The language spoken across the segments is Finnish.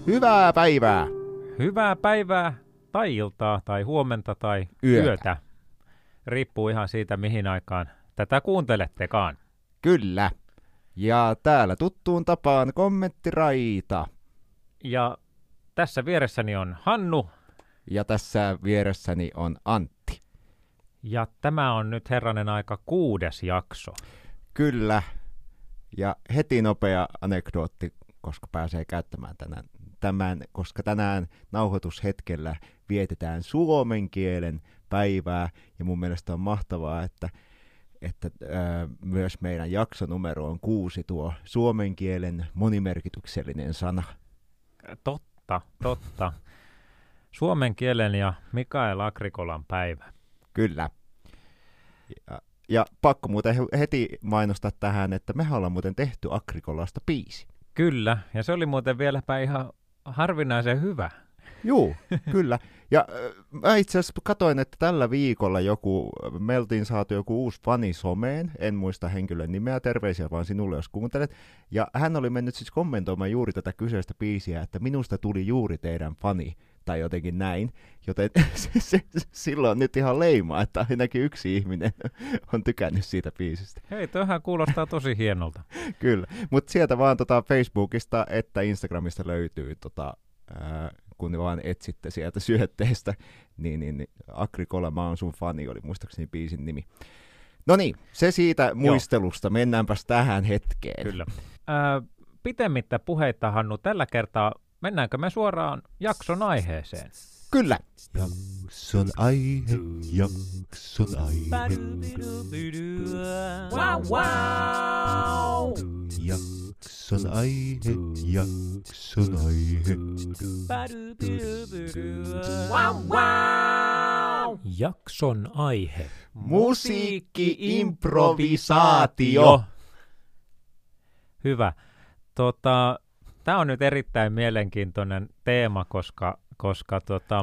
Hyvää päivää! Hyvää päivää tai iltaa tai huomenta tai yötä. Riippuu ihan siitä, mihin aikaan tätä kuuntelettekaan. Kyllä. Ja täällä tuttuun tapaan kommenttiraita. Ja tässä vieressäni on Hannu. Ja tässä vieressäni on Antti. Ja tämä on nyt herranen aika 6. jakso. Kyllä. Ja heti nopea anekdootti, koska pääsee käyttämään tämän, koska tänään nauhoitushetkellä vietetään suomen kielen päivää. Ja mun mielestä on mahtavaa, että myös meidän jaksonumero on 6, tuo suomen kielen monimerkityksellinen sana. Totta. Suomen kielen ja Mikael Agrikolan päivä. Kyllä. Ja pakko muuten heti mainostaa tähän, että mehän ollaan muuten tehty Agrikolasta biisi. Kyllä, ja se oli muuten vieläpä ihan harvinaisen hyvä. Juu, kyllä. Ja mä itse asiassa katsoin, että tällä viikolla me oltiin saatu joku uusi fani someen, en muista henkilön nimeä, terveisiä vaan sinulle, jos kuuntelet. Ja hän oli mennyt siis kommentoimaan juuri tätä kyseistä biisiä, että minusta tuli juuri teidän fani, tai jotenkin näin. Joten silloin on nyt ihan leimaa, että ainakin yksi ihminen on tykännyt siitä biisistä. Hei, toihan kuulostaa tosi hienolta. Kyllä, mutta sieltä vaan Facebookista että Instagramista löytyy kun vaan etsitte sieltä syötteestä, niin Agrikola, mä oon sun fani, oli muistaakseni biisin nimi. No niin, se siitä muistelusta, mennäänpäs tähän hetkeen. Kyllä. Pitemmittä puheita, Hannu, tällä kertaa mennäänkö me suoraan jakson aiheeseen? Kyllä. Jakson aihe. Wow, wow! Jakson aihe. Wow, wow! Jakson aihe. Musiikki-improvisaatio. Hyvä. Tämä on nyt erittäin mielenkiintoinen teema, koska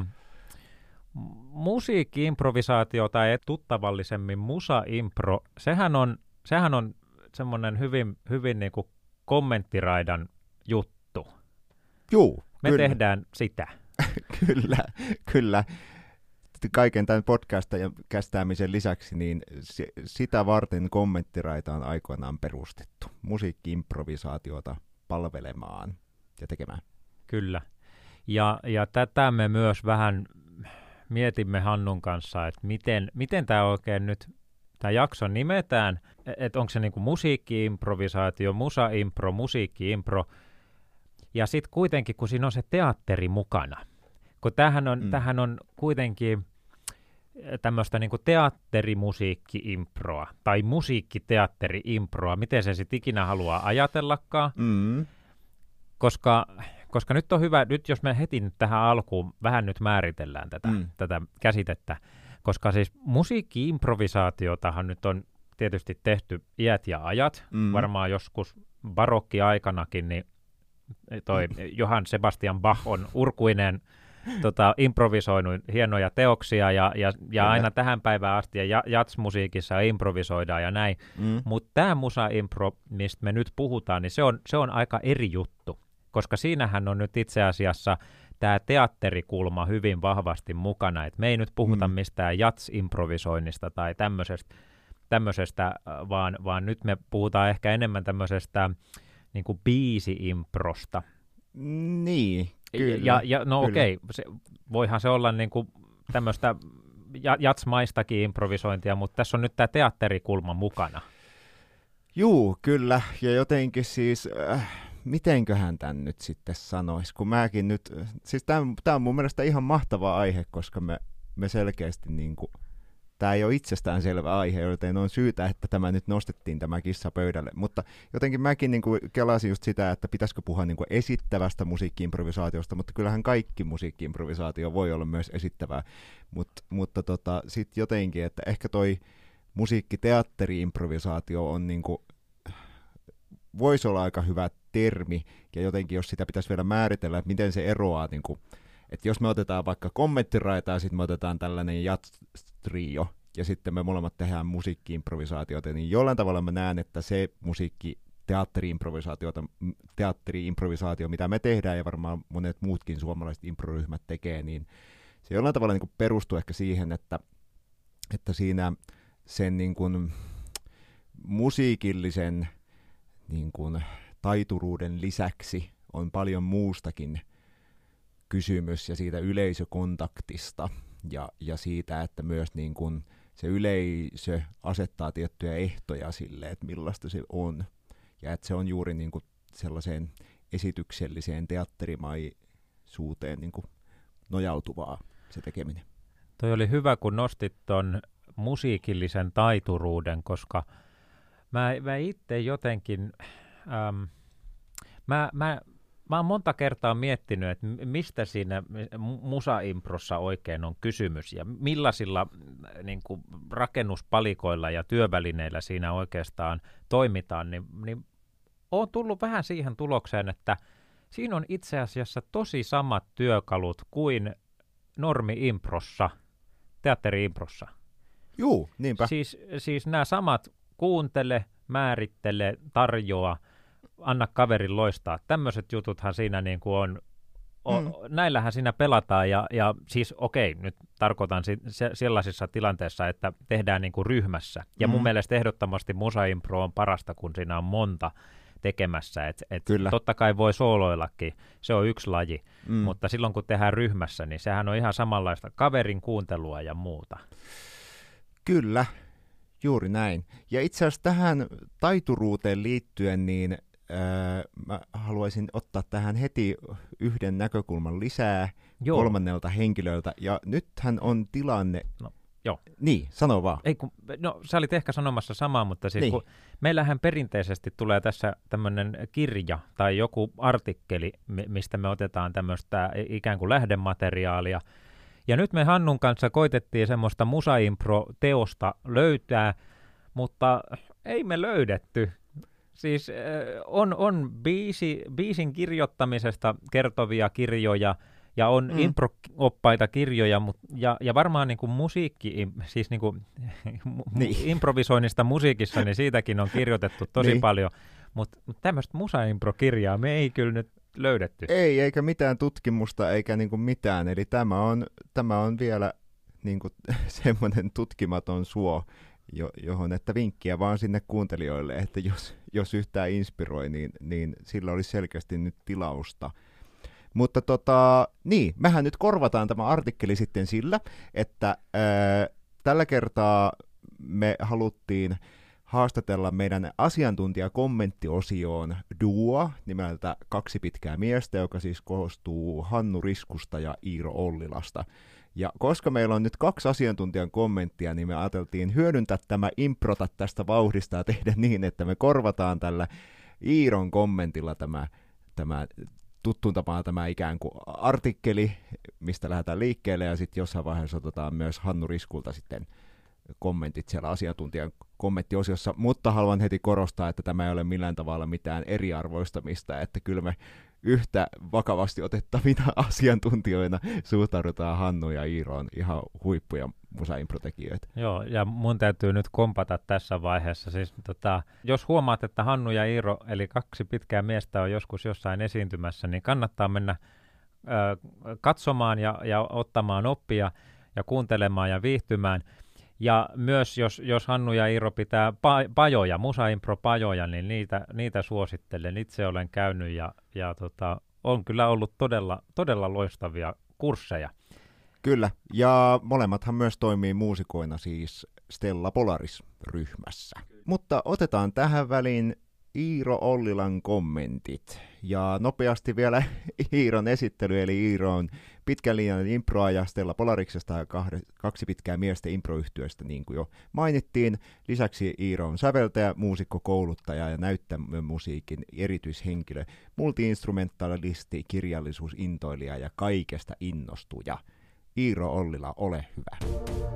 musiikki-improvisaatio tai tuttavallisemmin musa-impro, sehän on semmoinen hyvin niin kuin kommenttiraidan juttu. Juu, Me kyllä. tehdään sitä. Kyllä. Kaiken tämän podcastin ja kästäämisen lisäksi, niin sitä varten kommenttiraita on aikoinaan perustettu. Musiikki-improvisaatiota palvelemaan ja tekemään. Kyllä. Ja tätä me myös vähän mietimme Hannun kanssa, että miten tämä oikein nyt, tämä jakso nimetään, että onko se niinku musiikki-improvisaatio, musa-impro, musiikki-impro, ja sitten kuitenkin, kun siinä on se teatteri mukana, kun tämähän on kuitenkin tämmöistä niinku teatterimusiikki-improa, tai musiikkiteatteri-improa, miten se sitten ikinä haluaa ajatellakaan, koska nyt on hyvä, nyt jos me heti nyt tähän alkuun vähän nyt määritellään tätä käsitettä, koska siis musiikki-improvisaatiotahan nyt on tietysti tehty iät ja ajat, varmaan joskus barokkiaikanakin, niin toi Johann Sebastian Bach on urkuinen improvisoinut hienoja teoksia ja aina tähän päivään asti ja jatsmusiikissa improvisoidaan ja näin, mutta tämä musa-impro, mistä me nyt puhutaan, niin se on aika eri juttu. Koska siinähän on nyt itse asiassa tämä teatterikulma hyvin vahvasti mukana, että me ei nyt puhuta mistään jats-improvisoinnista tai tämmöisestä vaan nyt me puhutaan ehkä enemmän tämmöisestä niin kuin biisi-improsta. Niin, kyllä. Okei, voihan se olla niin kuin tämmöistä jatsmaistakin improvisointia, mutta tässä on nyt tämä teatterikulma mukana. Juu, kyllä, ja jotenkin siis... mitenköhän tämän nyt sitten sanoisi, kun mäkin nyt, siis tämä on mun mielestä ihan mahtava aihe, koska me selkeästi niinku, tämä ei ole itsestäänselvä aihe, joten on syytä, että tämä nyt nostettiin tämä kissa pöydälle, mutta jotenkin mäkin niinku kelasin just sitä, että pitäisikö puhua niinku esittävästä musiikki-improvisaatiosta, mutta kyllähän kaikki musiikki-improvisaatio voi olla myös esittävää, mutta sitten jotenkin, että ehkä toi musiikkiteatteri-improvisaatio on niinku, voisi olla aika hyvä termi, ja jotenkin jos sitä pitäisi vielä määritellä, että miten se eroaa, niin kuin, että jos me otetaan vaikka kommenttiraita ja sitten me otetaan tällainen jats-trio, ja sitten me molemmat tehdään musiikki-improvisaatioita, niin jollain tavalla mä näen, että se musiikki teatteri-improvisaatio, mitä me tehdään ja varmaan monet muutkin suomalaiset improryhmät tekee, niin se jollain tavalla niin kuin perustuu ehkä siihen, että siinä sen niin kuin musiikillisen niin kuin taituruuden lisäksi on paljon muustakin kysymys ja siitä yleisökontaktista ja siitä, että myös niin kuin se yleisö asettaa tiettyjä ehtoja sille, että millaista se on. Ja että se on juuri niin kuin sellaiseen esitykselliseen teatterimaisuuteen niin kuin nojautuvaa se tekeminen. Toi oli hyvä, kun nostit ton musiikillisen taituruuden, koska mä itse jotenkin, mä oon monta kertaa miettinyt, että mistä siinä musaimprossa oikein on kysymys ja millaisilla niin kuin rakennuspalikoilla ja työvälineillä siinä oikeastaan toimitaan, niin oon tullut vähän siihen tulokseen, että siinä on itse asiassa tosi samat työkalut kuin normi-improssa, teatteri-improssa. Juu, niinpä. Siis nämä samat kuuntele, määrittele, tarjoa, anna kaverin loistaa. Tämmöiset jututhan siinä niin kuin on näillähän siinä pelataan ja siis okei, nyt tarkoitan sellaisissa tilanteissa, että tehdään niin kuin ryhmässä. Ja mun mielestä ehdottomasti musaimpro on parasta, kun siinä on monta tekemässä. Totta kai voi sooloillakin, se on yksi laji, mutta silloin kun tehdään ryhmässä, niin sehän on ihan samanlaista kaverin kuuntelua ja muuta. Kyllä, juuri näin. Ja itse asiassa tähän taituruuteen liittyen, niin mä haluaisin ottaa tähän heti yhden näkökulman lisää kolmannelta henkilöltä. Ja nythän on tilanne... Joo. Niin, sano vaan. Sä olit ehkä sanomassa samaa, mutta siis kun meillähän perinteisesti tulee tässä tämmöinen kirja tai joku artikkeli, mistä me otetaan tämmöistä ikään kuin lähdemateriaalia. Ja nyt me Hannun kanssa koitettiin semmoista musaimpro-teosta löytää, mutta ei me löydetty. Siis on biisin kirjoittamisesta kertovia kirjoja ja on impro-oppaita kirjoja ja varmaan niin kuin musiikki, siis niin kuin improvisoinnista musiikissa, niin siitäkin on kirjoitettu tosi paljon, mutta tämmöistä musaimpro-kirjaa me ei kyllä nyt löydetty. Ei, eikä mitään tutkimusta eikä niin kuin mitään, eli tämä on vielä niin kuin semmoinen tutkimaton suo, johon, että vinkkiä vaan sinne kuuntelijoille, että jos yhtään inspiroi, niin sillä olisi selkeästi nyt tilausta. Mutta mehän nyt korvataan tämä artikkeli sitten sillä, että tällä kertaa me haluttiin haastatella meidän asiantuntijakommenttiosioon duoa nimeltä Kaksi pitkää miestä, joka siis koostuu Hannu Riskusta ja Iiro Ollilasta. Ja koska meillä on nyt 2 asiantuntijan kommenttia, niin me ajateltiin hyödyntää tämä improta tästä vauhdista ja tehdä niin, että me korvataan tällä Iiron kommentilla tämä tuttuun tapaan tämä ikään kuin artikkeli, mistä lähdetään liikkeelle, ja sitten jossain vaiheessa otetaan myös Hannu Riskulta sitten kommentit siellä asiantuntijan kommenttiosiossa, mutta haluan heti korostaa, että tämä ei ole millään tavalla mitään eriarvoistamista, että kyllä me yhtä vakavasti otettavina asiantuntijoina suhtaudutaan Hannu ja Iiroon, ihan huippuja musaimprotekijöitä. Joo, ja mun täytyy nyt kompata tässä vaiheessa. Siis, jos huomaat, että Hannu ja Iiro, eli 2 pitkää miestä on joskus jossain esiintymässä, niin kannattaa mennä katsomaan ja ottamaan oppia ja kuuntelemaan ja viihtymään. Ja myös jos Hannu ja Iiro pitää pajoja, musaimpro-pajoja, niin niitä suosittelen. Itse olen käynyt ja on kyllä ollut todella loistavia kursseja. Kyllä, ja molemmathan myös toimii muusikoina siis Stella Polaris-ryhmässä. Mutta otetaan tähän väliin Iiro Ollilan kommentit. Ja nopeasti vielä Iiron esittely, eli Iiro on pitkän linjan improaja Stella Polariksesta ja 2 pitkää miestä improyhtyöstä, niin kuin jo mainittiin. Lisäksi Iiro on säveltäjä, muusikko, kouluttaja ja näyttämömusiikin erityishenkilö, multi-instrumentalisti, kirjallisuusintoilija ja kaikesta innostuja. Iiro Ollila, ole hyvä.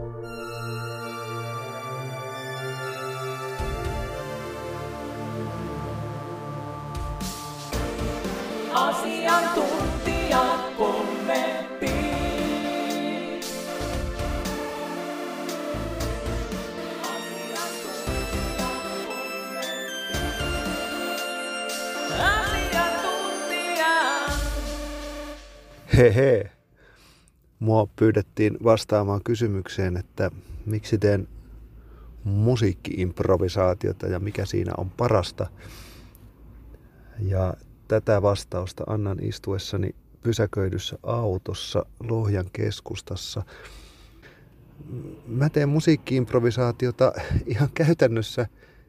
Asiantuntija kommentti. Hehe. Mua pyydettiin vastaamaan kysymykseen, että miksi teen musiikki-improvisaatiota ja mikä siinä on parasta. Ja tätä vastausta annan istuessani pysäköidyssä autossa Lohjan keskustassa. Mä teen musiikki-improvisaatiota ihan käytännössä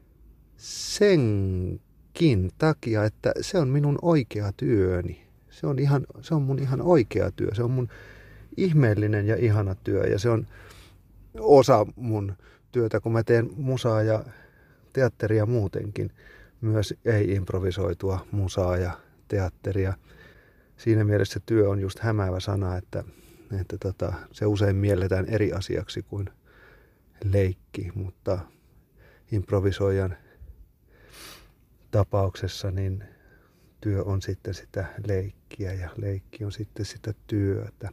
senkin takia, että se on minun oikea työni. Se on mun ihan oikea työ. Se on mun ihmeellinen ja ihana työ ja se on osa mun työtä, kun mä teen musaa ja teatteria muutenkin. Myös ei-improvisoitua musaa ja teatteria. Siinä mielessä työ on just hämäävä sana, että se usein mielletään eri asiaksi kuin leikki, mutta improvisoijan tapauksessa niin työ on sitten sitä leikkiä ja leikki on sitten sitä työtä.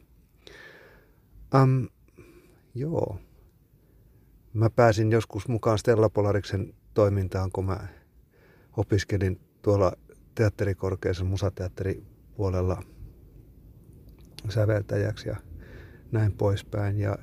Joo. Mä pääsin joskus mukaan Stella Polariksen toimintaan, kun mä opiskelin tuolla teatterikorkeassa musateatteripuolella säveltäjäksi ja näin poispäin. Ja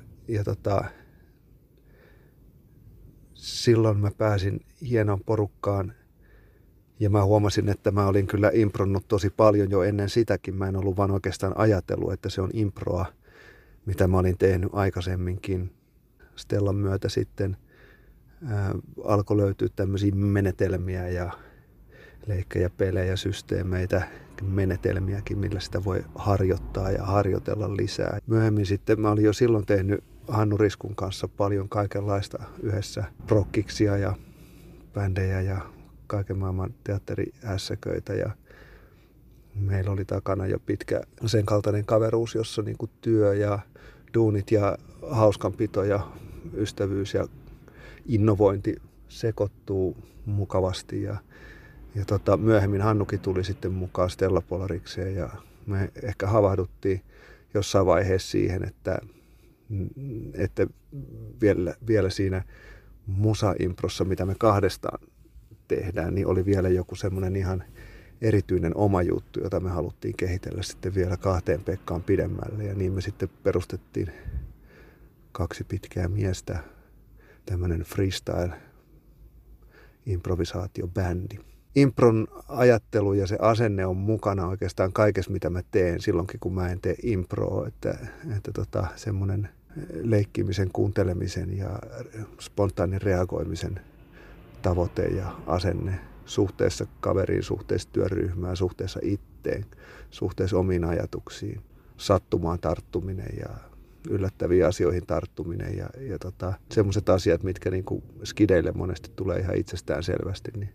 silloin mä pääsin hienoon porukkaan ja mä huomasin, että mä olin kyllä impronnut tosi paljon jo ennen sitäkin. Mä en ollut vaan oikeastaan ajatellut, että se on improa, mitä mä olin tehnyt aikaisemminkin. Stellan myötä sitten alkoi löytyä tämmöisiä menetelmiä ja leikkejä, pelejä, systeemeitä, menetelmiäkin, millä sitä voi harjoittaa ja harjoitella lisää. Myöhemmin sitten mä olin jo silloin tehnyt Hannu Riskun kanssa paljon kaikenlaista yhdessä, prokkiksia ja bändejä ja kaiken maailman teatterihässäköitä ja meillä oli takana jo pitkä sen kaltainen kaveruus, jossa niinku työ ja duunit ja hauskanpito ja ystävyys ja innovointi sekoittuu mukavasti ja myöhemmin Hannukin tuli sitten mukaan Stella Polarikseen ja me ehkä havahduttiin jossain vaiheessa siihen, että vielä siinä musaimprossa, mitä me kahdestaan tehdään, niin oli vielä joku semmoinen ihan erityinen oma juttu, jota me haluttiin kehitellä sitten vielä 2 Pekkaan pidemmälle. Ja niin me sitten perustettiin 2 pitkää miestä, tämmöinen freestyle-improvisaatiobändi. Impron ajattelu ja se asenne on mukana oikeastaan kaikessa, mitä mä teen silloinkin, kun mä en tee improa. Että semmoinen leikkimisen, kuuntelemisen ja spontaanin reagoimisen tavoite ja asenne suhteessa kaveriin, suhteessa työryhmään, suhteessa itteen, suhteessa omiin ajatuksiin, sattumaan tarttuminen ja yllättäviin asioihin tarttuminen ja semmoiset asiat, mitkä niinku skideille monesti tulee ihan itsestään selvästi, niin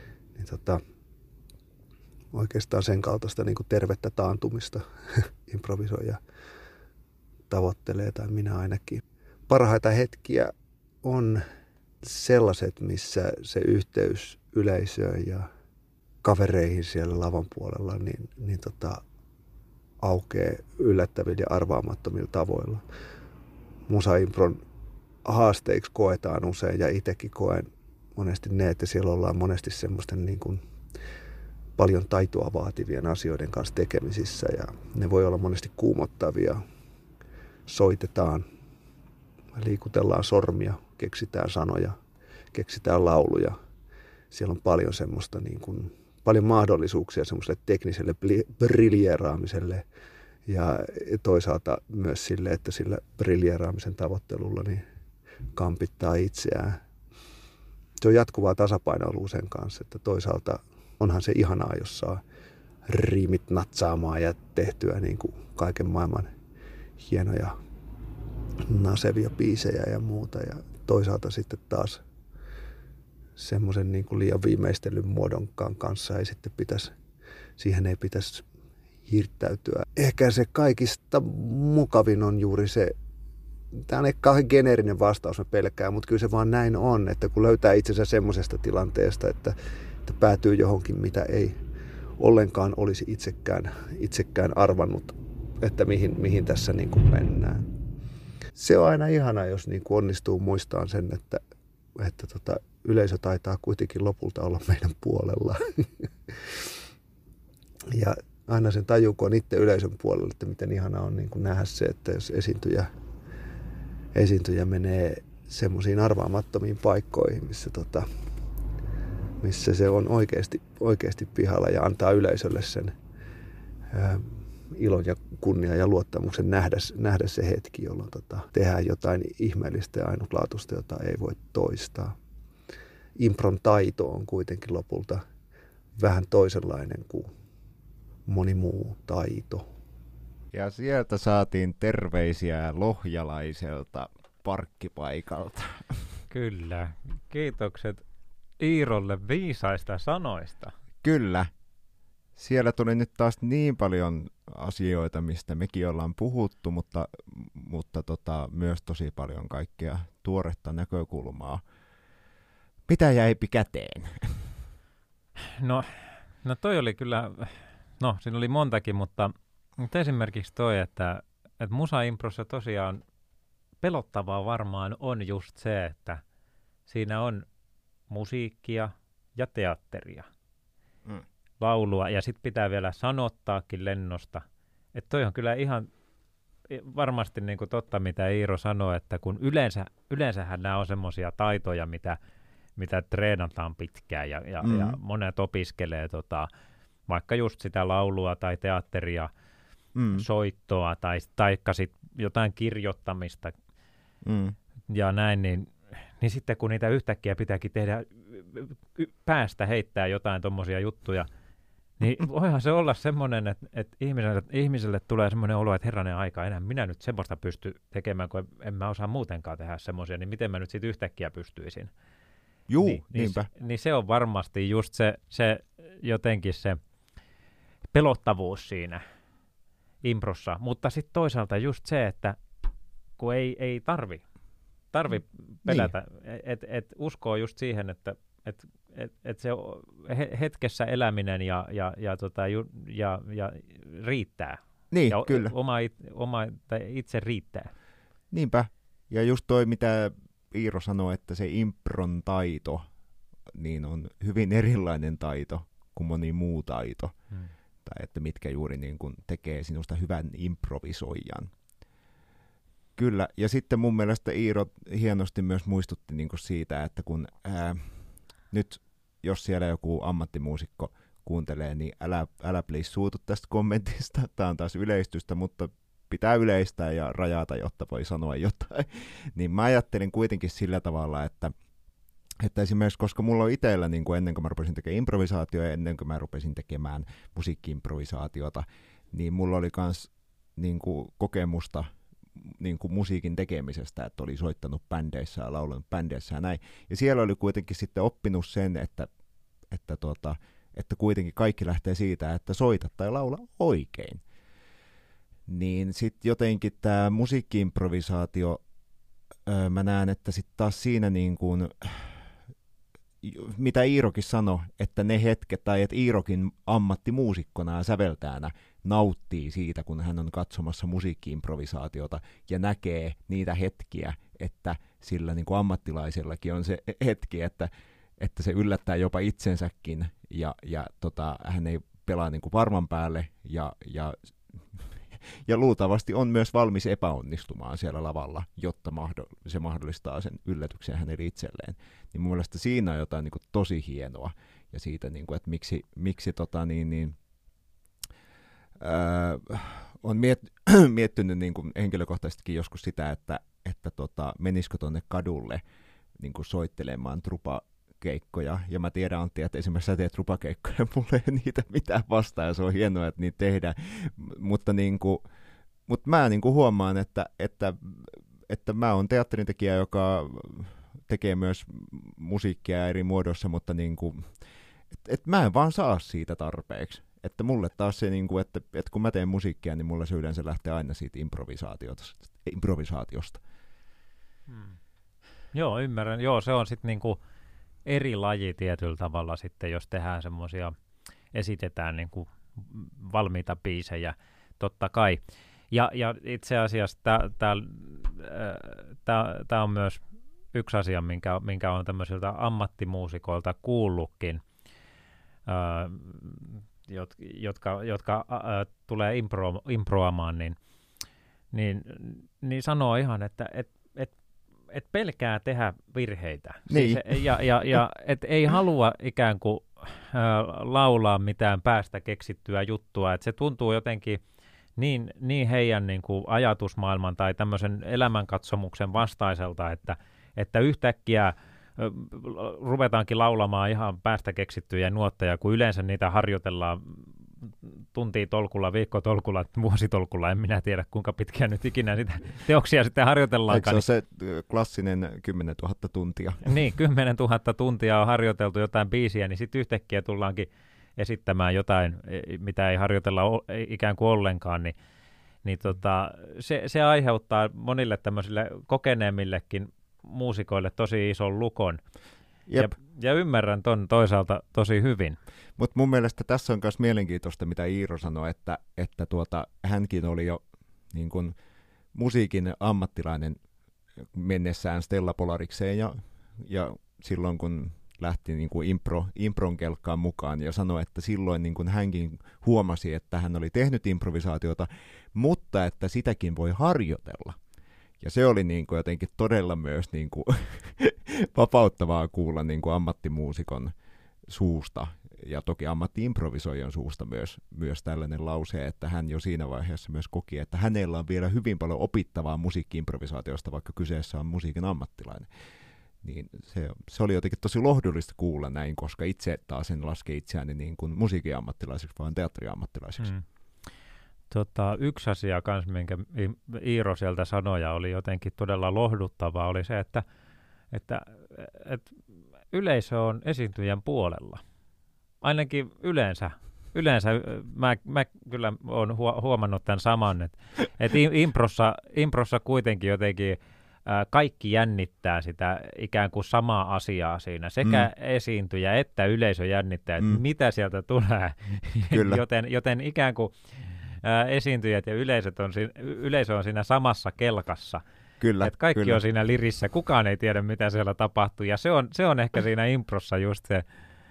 oikeastaan sen kaltaista niinku tervettä taantumista improvisoija tavoittelee, tai minä ainakin. Parhaita hetkiä on sellaiset, missä se yhteys yleisöön ja kavereihin siellä lavan puolella niin aukeaa yllättävillä ja arvaamattomilla tavoilla. Musaimpron haasteiksi koetaan usein ja itsekin koen monesti ne, että siellä ollaan monesti semmoisten niin kuin paljon taitoa vaativien asioiden kanssa tekemisissä ja ne voi olla monesti kuumottavia. Soitetaan, liikutellaan sormia, keksitään sanoja, keksitään lauluja. Siellä on paljon semmoista niin kuin, paljon mahdollisuuksia semmoiselle tekniselle briljeeraamiselle ja toisaalta myös sille, että sillä briljeeraamisen tavoittelulla niin kampittaa itseään. Se on jatkuvaa tasapainoilua sen kanssa, että toisaalta onhan se ihanaa, jos saa riimit natsaamaan ja tehtyä niin kuin kaiken maailman hienoja nasevia biisejä ja muuta. Ja toisaalta sitten taas semmoisen niin kuin liian viimeistellyn muodonkaan kanssa siihen ei pitäisi hirttäytyä. Ehkä se kaikista mukavin on juuri se, tämä on ehkä kauhean geneerinen vastaus, mä pelkään, mutta kyllä se vaan näin on, että kun löytää itsensä semmoisesta tilanteesta, että päätyy johonkin, mitä ei ollenkaan olisi itsekään arvannut, että mihin tässä niin kuin mennään. Se on aina ihanaa, jos niin kuin onnistuu muistamaan sen, että yleisö taitaa kuitenkin lopulta olla meidän puolella. Ja aina sen tajuu, kun on itse yleisön puolella, että miten ihana on niin kuin nähdä se, että jos esiintyjä menee semmoisiin arvaamattomiin paikkoihin, missä se on oikeasti pihalla ja antaa yleisölle sen ilon ja kunnian ja luottamuksen nähdä se hetki, jolloin tehdään jotain ihmeellistä ja ainutlaatuista, jota ei voi toistaa. Impron taito on kuitenkin lopulta vähän toisenlainen kuin moni muu taito. Ja sieltä saatiin terveisiä lohjalaiselta parkkipaikalta. Kyllä. Kiitokset Iirolle viisaista sanoista. Kyllä. Siellä tuli nyt taas niin paljon asioita, mistä mekin ollaan puhuttu, mutta myös tosi paljon kaikkea tuoretta näkökulmaa. Mitä jäipi käteen? No toi oli kyllä, siinä oli montakin, mutta esimerkiksi toi, että musa-improssa tosiaan pelottavaa varmaan on just se, että siinä on musiikkia ja teatteria, laulua, ja sitten pitää vielä sanottaakin lennosta. Että toi on kyllä ihan varmasti niin kuin totta, mitä Iiro sanoi, että kun yleensähän nämä on semmoisia taitoja, mitä treenataan pitkään, ja monet opiskelee vaikka just sitä laulua tai teatteria, soittoa taikka sit jotain kirjoittamista ja näin, niin sitten kun niitä yhtäkkiä pitääkin tehdä, päästä heittää jotain tommosia juttuja, niin voihan se olla semmoinen, että ihmiselle tulee semmoinen olo, että herranen aika, enää minä nyt semmoista pysty tekemään, kun en mä osaa muutenkaan tehdä semmoisia, niin miten mä nyt sitten yhtäkkiä pystyisin. Juu, niinpä. Niin se on varmasti just se jotenkin se pelottavuus siinä improssa, mutta sitten toisaalta just se, että kun ei tarvi pelätä, että uskoo just siihen, että se hetkessä eläminen ja riittää. Niin, ja kyllä. Itse riittää. Niinpä. Ja just toi, mitä Iiro sanoi, että se impron taito niin on hyvin erilainen taito kuin moni muu taito. Tai että mitkä juuri niin kuin tekee sinusta hyvän improvisoijan. Kyllä, ja sitten mun mielestä Iiro hienosti myös muistutti niin kuin siitä, että kun nyt jos siellä joku ammattimuusikko kuuntelee, niin älä please suutu tästä kommentista. Tämä on taas yleistystä, mutta pitää yleistää ja rajata, jotta voi sanoa jotain. Niin mä ajattelin kuitenkin sillä tavalla, että esimerkiksi, koska mulla on itsellä niin kuin ennen kuin mä rupesin tekemään improvisaatioa ja ennen kuin mä rupesin tekemään musiikki-improvisaatiota, niin mulla oli myös niin kuin kokemusta niin kuin musiikin tekemisestä, että oli soittanut bändeissä ja laulanut bändeissä ja näin. Ja siellä oli kuitenkin sitten oppinut sen, että kuitenkin kaikki lähtee siitä, että soita tai laula oikein. Niin sitten jotenkin tämä musiikki-improvisaatio, mä näen, että sitten taas siinä niin kuin, mitä Iirokin sanoi, että ne hetket, tai että Iirokin ammattimuusikkona ja säveltäjänä nauttii siitä, kun hän on katsomassa musiikki-improvisaatiota ja näkee niitä hetkiä, että sillä niin kuin ammattilaisellakin on se hetki, että se yllättää jopa itsensäkin ja hän ei pelaa niin kuin varman päälle ja luultavasti on myös valmis epäonnistumaan siellä lavalla, jotta se mahdollistaa sen yllätyksen hänelle itselleen. Niin mun mielestä siinä on jotain niin kuin tosi hienoa ja siitä, niin kuin, että miksi on miettinyt niin kuin henkilökohtaisestikin joskus sitä, että menisikö tuonne kadulle niin kuin soittelemaan trupakeikkoja. Ja mä tiedän, Antti, että esimerkiksi sä teet trupakeikkoja, mulla ei niitä mitään vastaan, ja se on hienoa, että niitä tehdään. Mutta mä niin kuin huomaan, että mä oon teatterintekijä, joka tekee myös musiikkia eri muodossa, mutta niin kuin, että mä en vaan saa siitä tarpeeksi. Että mulle taas se, niin kuin, että kun mä teen musiikkia, niin mulle se yleensä lähtee aina siitä improvisaatiosta. Joo, ymmärrän. Joo, se on sitten niinku eri laji tietyllä tavalla sitten, jos tehdään semmoisia, esitetään niinku valmiita biisejä, totta kai. Ja itse asiassa tämä on myös yksi asia, minkä on tämmöisiltä ammattimuusikoilta kuullutkin. jotka tulee improamaan, niin sanoo ihan, että et pelkää tehdä virheitä. Niin. Siis, ja et ei halua ikään kuin laulaa mitään päästä keksittyä juttua, että se tuntuu jotenkin niin heidän niin kuin ajatusmaailman tai tämmöisen elämänkatsomuksen vastaiselta, että yhtäkkiä ruvetaankin laulamaan ihan päästä keksittyjä nuotteja, kun yleensä niitä harjoitellaan tuntitolkulla, viikkotolkulla, vuositolkulla, en minä tiedä kuinka pitkään nyt ikinä niitä teoksia sitten harjoitellaankaan. Eikö se ole se klassinen 10 000 tuntia? Niin, 10 000 tuntia on harjoiteltu jotain biisiä, niin sitten yhtäkkiä tullaankin esittämään jotain, mitä ei harjoitella ikään kuin ollenkaan, niin se aiheuttaa monille tämmöisille kokeneemmillekin muusikoille tosi ison lukon. Ja ymmärrän ton toisaalta tosi hyvin. Mutta mun mielestä tässä on myös mielenkiintoista, mitä Iiro sanoi, että hänkin oli jo niin kun musiikin ammattilainen mennessään Stella Polarikseen ja silloin kun lähti niin kuin impron kelkkaan mukaan ja sanoi, että silloin niin kuin hänkin huomasi, että hän oli tehnyt improvisaatiota, mutta että sitäkin voi harjoitella. Ja se oli niin kuin jotenkin todella myös niin kuin vapauttavaa kuulla niin kuin ammattimuusikon suusta ja toki ammatti-improvisoijan suusta myös tällainen lause, että hän jo siinä vaiheessa myös koki, että hänellä on vielä hyvin paljon opittavaa musiikki-improvisaatiosta, vaikka kyseessä on musiikin ammattilainen. Niin se oli jotenkin tosi lohdullista kuulla näin, koska itse taas en laske itseäni niin kuin musiikin ammattilaiseksi, vaan teatteriammattilaiseksi. Yksi asia kanssa, minkä Iiro sieltä sanoi ja oli jotenkin todella lohduttavaa, oli se, että yleisö on esiintyjän puolella. Ainakin yleensä mä kyllä olen huomannut tämän saman, että improssa kuitenkin jotenkin kaikki jännittää sitä ikään kuin samaa asiaa siinä. Sekä esiintyjä että yleisö jännittää, että mitä sieltä tulee. Joten ikään kuin esiintyjät ja yleisö on siinä samassa kelkassa. Kyllä, että kaikki on siinä lirissä, kukaan ei tiedä mitä siellä tapahtuu. Ja se on ehkä siinä improssa just se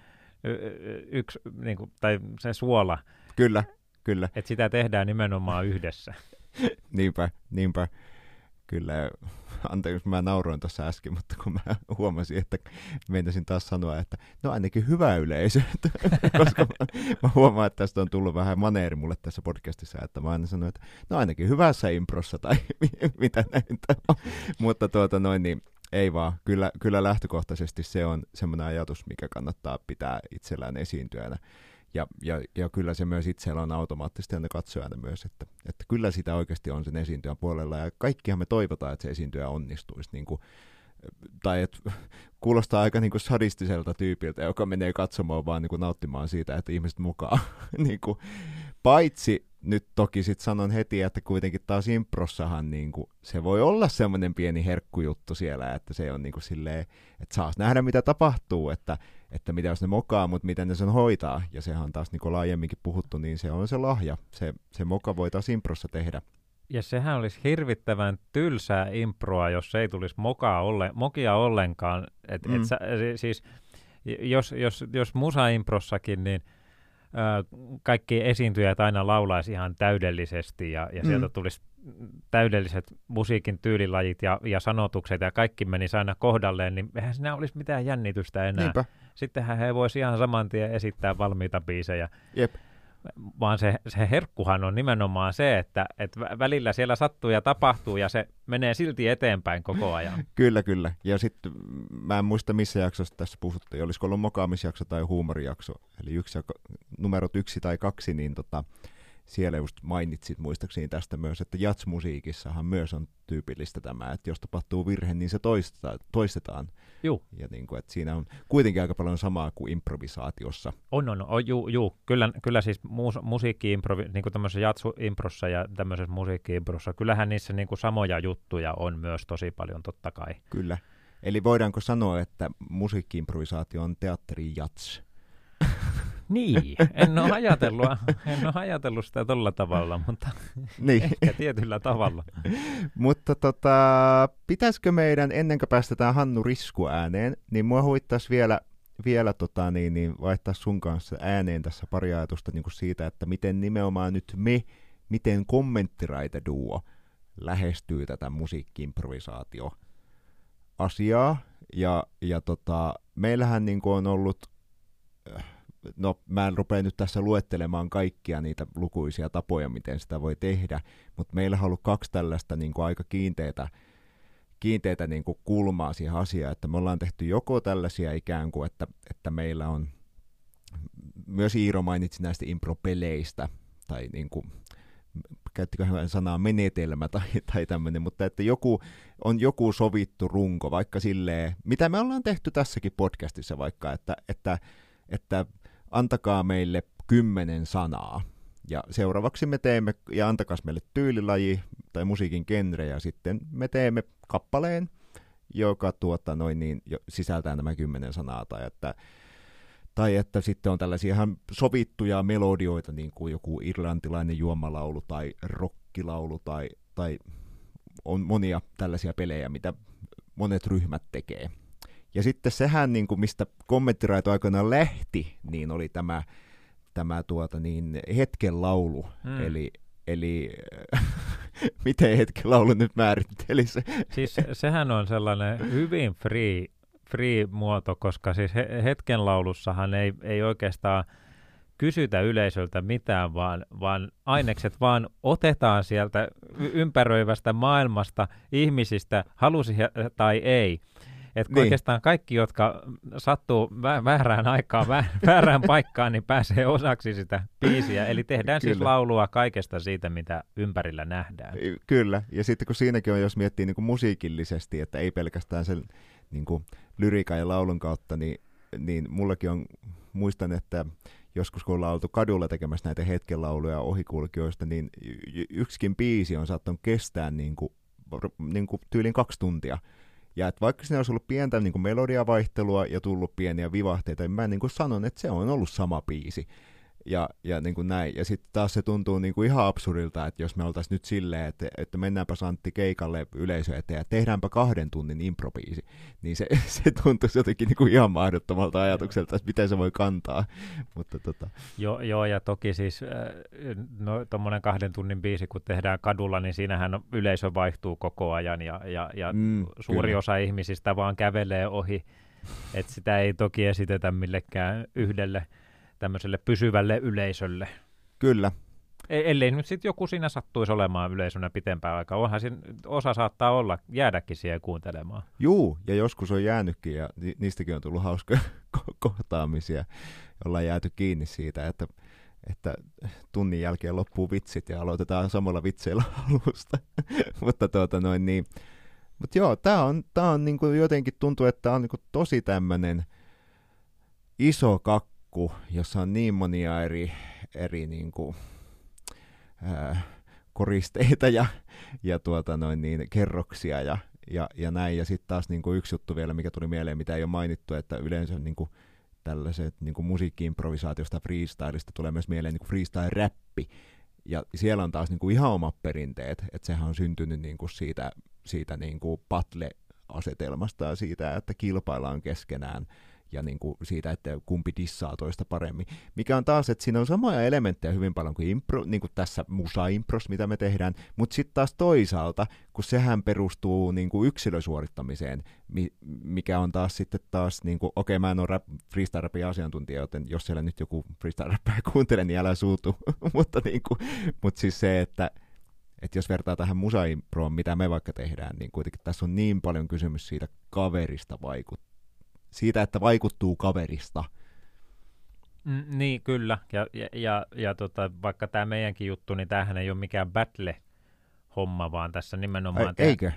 yksi, niin kuin, tai se suola. Kyllä. Että sitä tehdään nimenomaan yhdessä. Niinpä. Kyllä, anteeksi, mä nauroin tuossa äsken, mutta kun mä huomasin, että meinasin taas sanoa, että no ainakin hyvä yleisö, koska mä huomaan, että tästä on tullut vähän maneeri mulle tässä podcastissa, että mä aina sanon, että no ainakin hyvässä improssa tai mitä näin. Mutta niin ei vaan, kyllä lähtökohtaisesti se on semmoinen ajatus, mikä kannattaa pitää itsellään esiintyjänä. Ja kyllä se myös itsellä on automaattisesti aina katsojana myös, että kyllä sitä oikeasti on sen esiintyjän puolella, ja kaikkihan me toivotaan, että se esiintyjä onnistuisi. Niin kuin, tai että kuulostaa aika niin kuin sadistiselta tyypiltä, joka menee katsomaan vaan niin kuin nauttimaan siitä, että ihmiset mukaan. niin kuin, paitsi nyt toki sitten sanon heti, että kuitenkin taas improssahan niin kuin, se voi olla semmoinen pieni herkkujuttu siellä, että se on niin kuin silleen, että saas nähdä mitä tapahtuu, että mitä jos ne mokaa, mutta miten ne sen hoitaa. Ja sehän on taas niin kuin laajemminkin puhuttu, niin se on se lahja. Se moka voi taas improssa tehdä. Ja sehän olisi hirvittävän tylsää improa, jos ei tulisi mokia ollenkaan. Siis, jos musa-improssakin, niin kaikki esiintyjät aina laulaisi ihan täydellisesti ja sieltä tulisi täydelliset musiikin tyylilajit ja sanotukset ja kaikki menisi aina kohdalleen, niin eihän siinä olisi mitään jännitystä enää. Niinpä. Sittenhän he voisi ihan saman tien esittää valmiita biisejä. Jep. Vaan se herkkuhan on nimenomaan se, että välillä siellä sattuu ja tapahtuu ja se menee silti eteenpäin koko ajan. Kyllä. Ja sitten mä en muista missä jaksossa tässä puhuttiin, olisiko ollut mokaamisjakso tai huumorijakso, eli numerot 1 tai 2, niin siellä just mainitsit muistaakseni tästä myös, että jazzmusiikissahan myös on tyypillistä tämä, että jos tapahtuu virhe, niin se toistetaan. Juu. Ja niin kuin, että siinä on kuitenkin aika paljon samaa kuin improvisaatiossa. Juu. Kyllä siis niin kuin tämmöisessä jatsu-improssa ja tämmöisessä musiikki-improssa, kyllähän niissä niin kuin samoja juttuja on myös tosi paljon, totta kai. Kyllä. Eli voidaanko sanoa, että musiikki-improvisaatio on teatteri-jats? Niin, en ole ajatellut sitä tolla tavalla, mutta niin. Ehkä tietyllä tavalla. Mutta pitäisikö meidän, ennen kuin päästetään Hannu Risku ääneen, niin mua huittaisi vielä vielä vaihtaa sun kanssa ääneen tässä pari ajatusta niin kuin siitä, että miten nimenomaan nyt miten kommenttiraitaduo lähestyy tätä musiikki-improvisaatio-asiaa. Ja meillähän niin kuin on ollut, no mä en rupea nyt tässä luettelemaan kaikkia niitä lukuisia tapoja, miten sitä voi tehdä, mutta meillä on ollut 2 tällaista niin kuin aika kiinteitä niin kuin kulmaa siihen asiaan, että me ollaan tehty joko tällaisia ikään kuin, että meillä on, myös Iiro mainitsi näistä impropeleistä, tai niin kuin, käyttiköhän sanaa menetelmä tai tämmöinen, mutta että on joku sovittu runko, vaikka silleen, mitä me ollaan tehty tässäkin podcastissa vaikka, että antakaa meille 10 sanaa, ja seuraavaksi me teemme, ja antakaa meille tyylilaji tai musiikin genre, ja sitten me teemme kappaleen, joka sisältää nämä 10 sanaa, tai että sitten on tällaisia ihan sovittuja melodioita, niin kuin joku irlantilainen juomalaulu tai rockilaulu, tai on monia tällaisia pelejä, mitä monet ryhmät tekee. Ja sitten sehän, niin kuin mistä kommenttiraito aikoinaan lähti, niin oli tämä hetken laulu, eli miten hetken laulu nyt määrittelisi? Siis sehän on sellainen hyvin free muoto, koska siis hetken laulussahan ei oikeastaan kysytä yleisöltä mitään, vaan ainekset vaan otetaan sieltä ympäröivästä maailmasta, ihmisistä, halusi tai ei. Että niin. Oikeastaan kaikki, jotka sattuu väärään aikaan, väärään paikkaan, niin pääsee osaksi sitä biisiä. Eli tehdään siis laulua kaikesta siitä, mitä ympärillä nähdään. Kyllä, ja sitten kun siinäkin on, jos miettii niin kuin musiikillisesti, että ei pelkästään sen niin kuin lyriikan ja laulun kautta, niin mullakin on, muistan, että joskus kun ollaan oltu kadulla tekemässä näitä hetkenlauluja ohikulkijoista, niin yksikin biisi on saattanut kestää niin kuin tyylin 2 tuntia. Ja että vaikka siinä olisi ollut pientä niin kuin melodiavaihtelua ja tullut pieniä vivahteita, niin mä niin kuin sanon, että se on ollut sama biisi. Ja niin kuin näin. Ja sitten taas se tuntuu niin kuin ihan absurdilta, että jos me oltaisiin nyt silleen, että mennäänpä Santti keikalle yleisö eteen ja tehdäänpä 2 tunnin improbiisi, niin se tuntuisi jotenkin niin kuin ihan mahdottomalta ajatukselta, että miten se voi kantaa. Mutta Joo, ja toki siis tuommoinen 2 tunnin biisi, kun tehdään kadulla, niin siinähän yleisö vaihtuu koko ajan ja suuri osa ihmisistä vaan kävelee ohi, että sitä ei toki esitetä millekään yhdelle tämmöiselle pysyvälle yleisölle. Kyllä. Ellei nyt sitten joku siinä sattuisi olemaan yleisönä pitempään aikaa. Onhan siinä, osa saattaa jäädäkin siihen kuuntelemaan. Juu, ja joskus on jäänytkin, ja niistäkin on tullut hauskoja kohtaamisia. Ollaan jääty kiinni siitä, että tunnin jälkeen loppuu vitsit ja aloitetaan samalla vitseillä alusta. Mutta Mutta joo, tää on niinku jotenkin tuntuu, että tää on niinku tosi tämmönen iso kakku, jossa on niin monia eri niinku, koristeita ja kerroksia ja näin. Ja sitten taas niinku yksi juttu vielä, mikä tuli mieleen, mitä ei ole mainittu, että yleensä niinku tällaiset niinku musiikki-improvisaatiosta freestylista tulee myös mieleen niinku freestyle-räppi. Ja siellä on taas niinku ihan omat perinteet, että sehän on syntynyt niinku siitä niinku battle-asetelmasta ja siitä, että kilpaillaan keskenään. Ja niin kuin siitä, että kumpi dissaa toista paremmin. Mikä on taas, että siinä on samoja elementtejä hyvin paljon kuin niin kuin tässä musa-impros, mitä me tehdään, mutta sitten taas toisaalta, kun sehän perustuu niin kuin yksilösuorittamiseen, mikä on taas sitten niin kuin, okei, mä en ole freestyle-rapin asiantuntija, joten jos siellä nyt joku freestyle-rappia kuuntelee, niin älä suutu. mutta siis se, että jos vertaa tähän musa-improon, mitä me vaikka tehdään, niin kuitenkin tässä on niin paljon kysymys siitä kaverista siitä, että vaikuttuu kaverista. Niin, kyllä. Ja vaikka tämä meidänkin juttu, niin tämähän ei ole mikään battle-homma, vaan tässä nimenomaan... Eikö?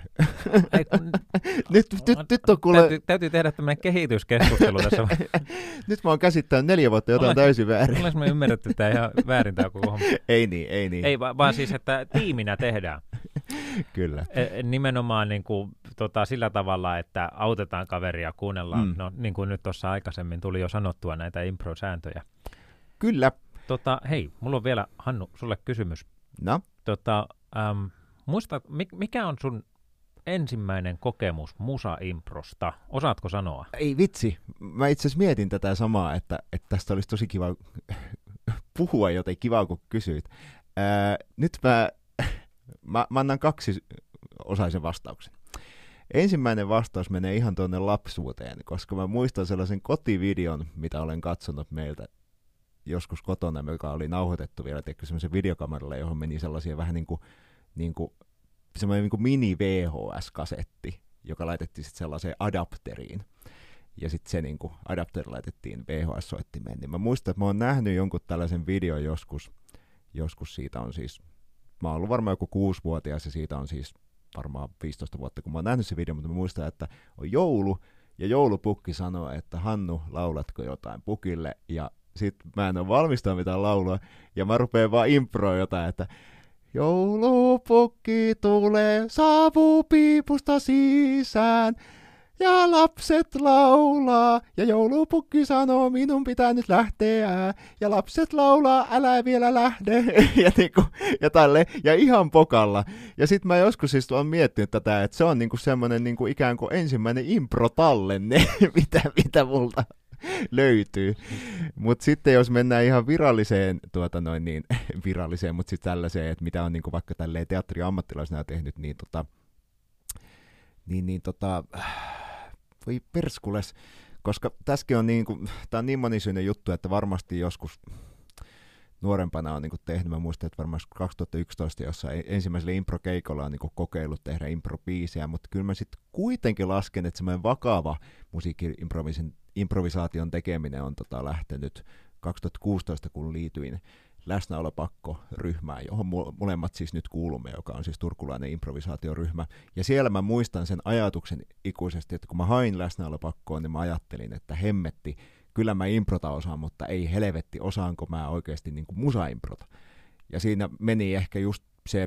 Nyt on kuule... Täytyy tehdä tämmöinen kehityskeskustelu tässä. Nyt mä oon käsittänyt 4 vuotta jotain täysin väärin. Ollaanko me ymmärretty tämä ihan väärin tämä koko homma? Ei niin. Ei, vaan siis, että tiiminä tehdään. Kyllä. Nimenomaan niin kuin, sillä tavalla, että autetaan kaveria, kuunnellaan, no niin kuin nyt tuossa aikaisemmin tuli jo sanottua näitä impro-sääntöjä. Kyllä. Hei, mulla on vielä, Hannu, sulle kysymys. No? Muista, mikä on sun ensimmäinen kokemus musa-improsta? Osaatko sanoa? Ei vitsi, mä itse asiassa mietin tätä samaa, että tästä olisi tosi kiva puhua, joten kiva kun kysyit. Nyt mä annan kaksiosaisen vastauksen. Ensimmäinen vastaus menee ihan tuonne lapsuuteen, koska mä muistan sellaisen kotivideon, mitä olen katsonut meiltä joskus kotona, joka oli nauhoitettu vielä semmoisen videokameralle, johon meni sellaisia vähän niin kuin semmoinen niin kuin mini-VHS-kasetti, joka laitettiin sitten sellaiseen adapteriin. Ja sitten se niin kuin adapteri laitettiin VHS-soittimeen. Niin mä muistan, että mä oon nähnyt jonkun tällaisen videon joskus siitä on siis, mä oon ollut varmaan joku 6-vuotias ja siitä on siis varmaan 15 vuotta, kun mä oon nähnyt se video, mutta mä muistan, että on joulu ja joulupukki sanoo, että Hannu, laulatko jotain pukille, ja sit mä en ole valmistanut mitään laulua, ja mä rupeen vaan improa jotain, että joulupukki tulee, saapuu piipusta sisään, ja lapset laulaa, ja joulupukki sanoo, minun pitää nyt lähteä, ja lapset laulaa, älä vielä lähde, ja tälle, ja ihan pokalla. Ja sit mä joskus siis olen miettinyt tätä, että se on niinku semmoinen niinku ikään kuin ensimmäinen impro-tallenne, mitä multa löytyy. Mutta sitten jos mennään ihan viralliseen, viralliseen, mutta sitten tällaiseen, että mitä on niinku vaikka tälleen teatteriammattilaisena tehnyt, voi perskules, koska tässäkin on tää on niin monisyinen juttu, että varmasti joskus nuorempana on tehnyt, mä muistan, että varmaan 2011 jossain ensimmäisellä improkeikolla on kokeillut tehdä improbiisejä, mutta kyllä mä sitten kuitenkin lasken, että semmoinen vakava musiikki-improvisaation tekeminen on lähtenyt 2016, kun liityin läsnäolopakko-ryhmään, johon molemmat siis nyt kuulumme, joka on siis turkulainen improvisaatioryhmä. Ja siellä mä muistan sen ajatuksen ikuisesti, että kun mä hain läsnäolopakkoon, niin mä ajattelin, että hemmetti, kyllä mä improta osaan, mutta ei helvetti, osaanko mä oikeasti niin kuin musa-improta. Ja siinä meni ehkä just se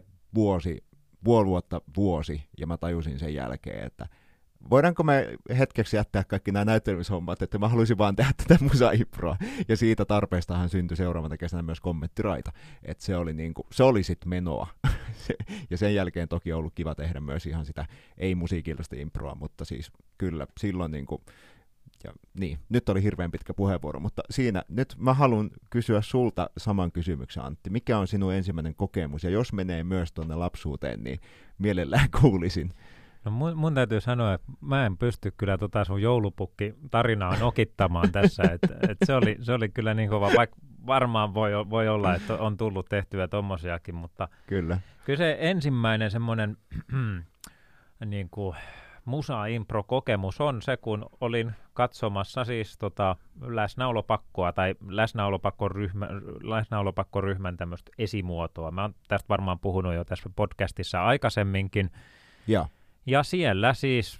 vuosi, ja mä tajusin sen jälkeen, että voidaanko me hetkeksi jättää kaikki nämä näyttelemishommat, että mä haluaisin vaan tehdä tätä musa-improa. Ja siitä tarpeestahan syntyi seuraavana kesänä myös kommenttiraita. Että se oli sit menoa. Ja sen jälkeen toki on ollut kiva tehdä myös ihan sitä ei-musiikillista improa, mutta siis kyllä silloin nyt oli hirveän pitkä puheenvuoro, mutta nyt mä haluan kysyä sulta saman kysymyksen, Antti. Mikä on sinun ensimmäinen kokemus? Ja jos menee myös tuonne lapsuuteen, niin mielellään kuulisin. No mun täytyy sanoa, että mä en pysty kyllä sun joulupukki-tarinaa nokittamaan tässä, että se oli kyllä niin kova, vaikka varmaan voi olla, että on tullut tehtyä tommosiakin, mutta kyllä se ensimmäinen semmoinen niin kuin musa-impro-kokemus on se, kun olin katsomassa siis läsnäolopakkoa tai läsnäolopakkoryhmän tämmöistä esimuotoa. Mä oon tästä varmaan puhunut jo tässä podcastissa aikaisemminkin. Ja siellä siis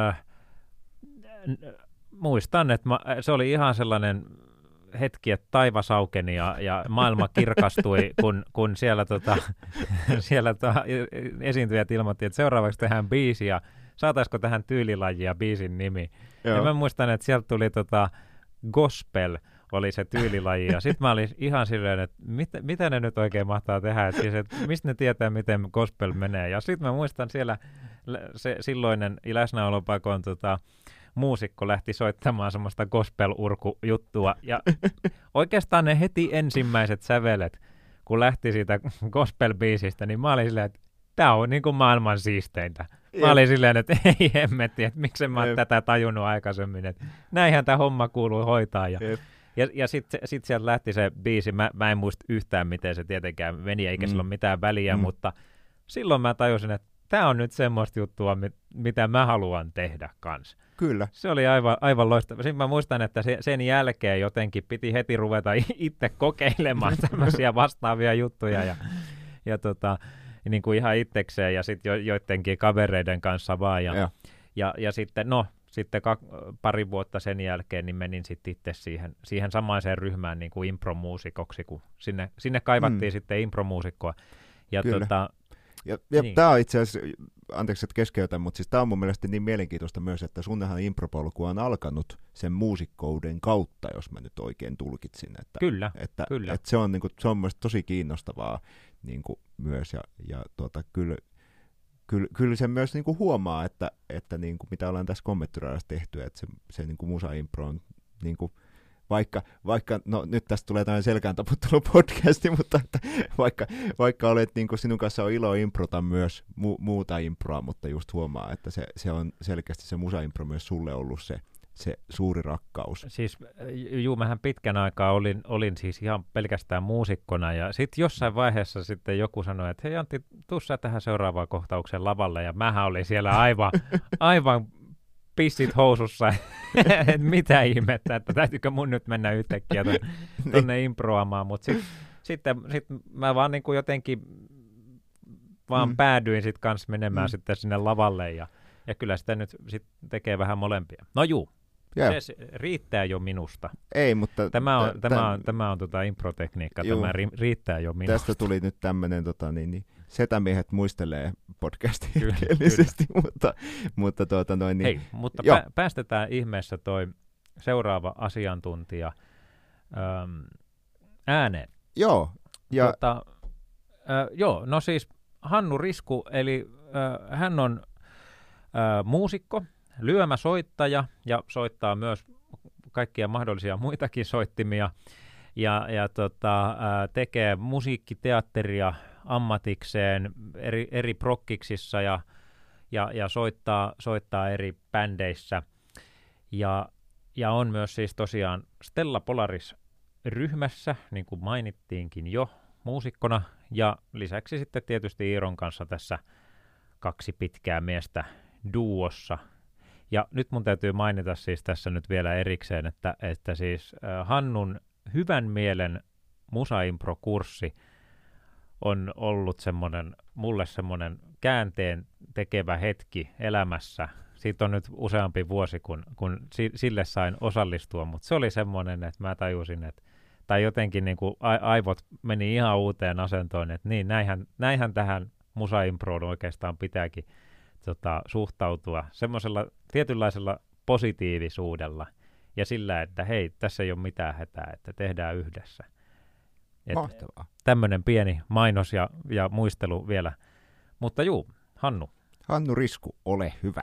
muistan, että se oli ihan sellainen hetki, että taivas aukeni ja maailma kirkastui, kun siellä, siellä esiintyjät ilmoitti, että seuraavaksi tehdään biisi ja saataisiko tähän tyylilajia biisin nimi. Joo. Ja mä muistan, että sieltä tuli gospel oli se tyylilaji, ja sitten mä olin ihan silleen, että mitä ne nyt oikein mahtaa tehdä, että mistä ne tietää, miten gospel menee. Ja sitten mä muistan siellä se silloinen läsnäolopakon muusikko lähti soittamaan semmoista gospel-urku-juttua, ja oikeastaan ne heti ensimmäiset sävelet, kun lähti siitä gospel-biisistä, niin mä olin silleen, että tää on niin kuin maailman siisteintä. Mä olin silleen, että ei hemmetti, että miksi mä oon tätä tajunnut aikaisemmin, että näinhän tämä homma kuuluu hoitaa. Ja sitten sieltä lähti se biisi, mä en muista yhtään, miten se tietenkään meni, eikä sillä ole mitään väliä, mutta silloin mä tajusin, että tämä on nyt semmoista juttua, mitä mä haluan tehdä kanssa. Kyllä. Se oli aivan loistava. Sitten mä muistan, että sen jälkeen jotenkin piti heti ruveta itse kokeilemaan tämmöisiä vastaavia juttuja ja niin kuin ihan itsekseen ja sitten joidenkin kavereiden kanssa vaan. Ja sitten, sitten pari vuotta sen jälkeen niin menin sitten itse siihen samaiseen ryhmään niin kuin impromuusikoksi, kun sinne kaivattiin sitten impromuusikkoa. Ja Ja niin. Tämä on itse asiassa, anteeksi että keskeytän, mutta siis tämä on mun mielestä niin mielenkiintoista myös, että sunnehan impropolku on alkanut sen muusikkouden kautta, jos mä nyt oikein tulkitsin. Kyllä. Että se on, niin kuin, se on mielestäni tosi kiinnostavaa niin kuin myös, ja kyllä se myös niin kuin huomaa, että niin kuin mitä ollaan tässä kommenttiraadassa tehty, että se niin kuin musaimpro on niin kuin, vaikka, no nyt tästä tulee tämmöinen selkään taputtelu-podcasti, mutta että vaikka olet, niin kuin sinun kanssa on ilo improta myös muuta improa, mutta just huomaa, että se on selkeästi se musaimpro myös sulle ollut se suuri rakkaus. Siis mähän pitkän aikaa olin siis ihan pelkästään muusikkona, ja sitten jossain vaiheessa sitten joku sanoi, että hei Antti, tuu sä tähän seuraavaan kohtaukseen lavalle, ja mähän olin siellä aivan pissit housussa, että mitä ihmettä, että täytyykö mun nyt mennä yhtäkkiä tonne improamaan, mutta sitten mä vaan niin kuin jotenkin vaan päädyin sitten kanssa menemään sitten sinne lavalle, ja kyllä sitä nyt sit tekee vähän molempia. No juu. Se riittää jo minusta. Ei, mutta tämä on improtekniikka, tämä riittää jo minusta. Tästä tuli nyt tämmöinen Setämiehet muistelee podcastia kielisesti, mutta niin. Hei, mutta päästetään ihmeessä toi seuraava asiantuntija ääneen. Joo. Ja no siis Hannu Risku, eli hän on muusikko, lyömäsoittaja ja soittaa myös kaikkia mahdollisia muitakin soittimia ja tekee musiikkiteatteria ammatikseen eri prokkiksissa ja soittaa eri bändeissä ja on myös siis tosiaan Stella Polaris-ryhmässä, niin kuin mainittiinkin jo muusikkona, ja lisäksi sitten tietysti Iiron kanssa tässä 2 pitkää miestä duossa. Ja nyt mun täytyy mainita siis tässä nyt vielä erikseen, että siis Hannun hyvän mielen musaimpro-kurssi on ollut mulle semmoinen käänteen tekevä hetki elämässä. Siitä on nyt useampi vuosi, kun sille sain osallistua, mutta se oli semmoinen, että mä tajusin, tai jotenkin niin kuin aivot meni ihan uuteen asentoon, että niin, näinhän tähän musaimproon oikeastaan pitääkin suhtautua semmoisella tietynlaisella positiivisuudella ja sillä, että hei, tässä ei ole mitään hätää, että tehdään yhdessä. Mahtavaa. Tämmöinen pieni mainos ja muistelu vielä. Mutta juu, Hannu. Hannu Risku, ole hyvä.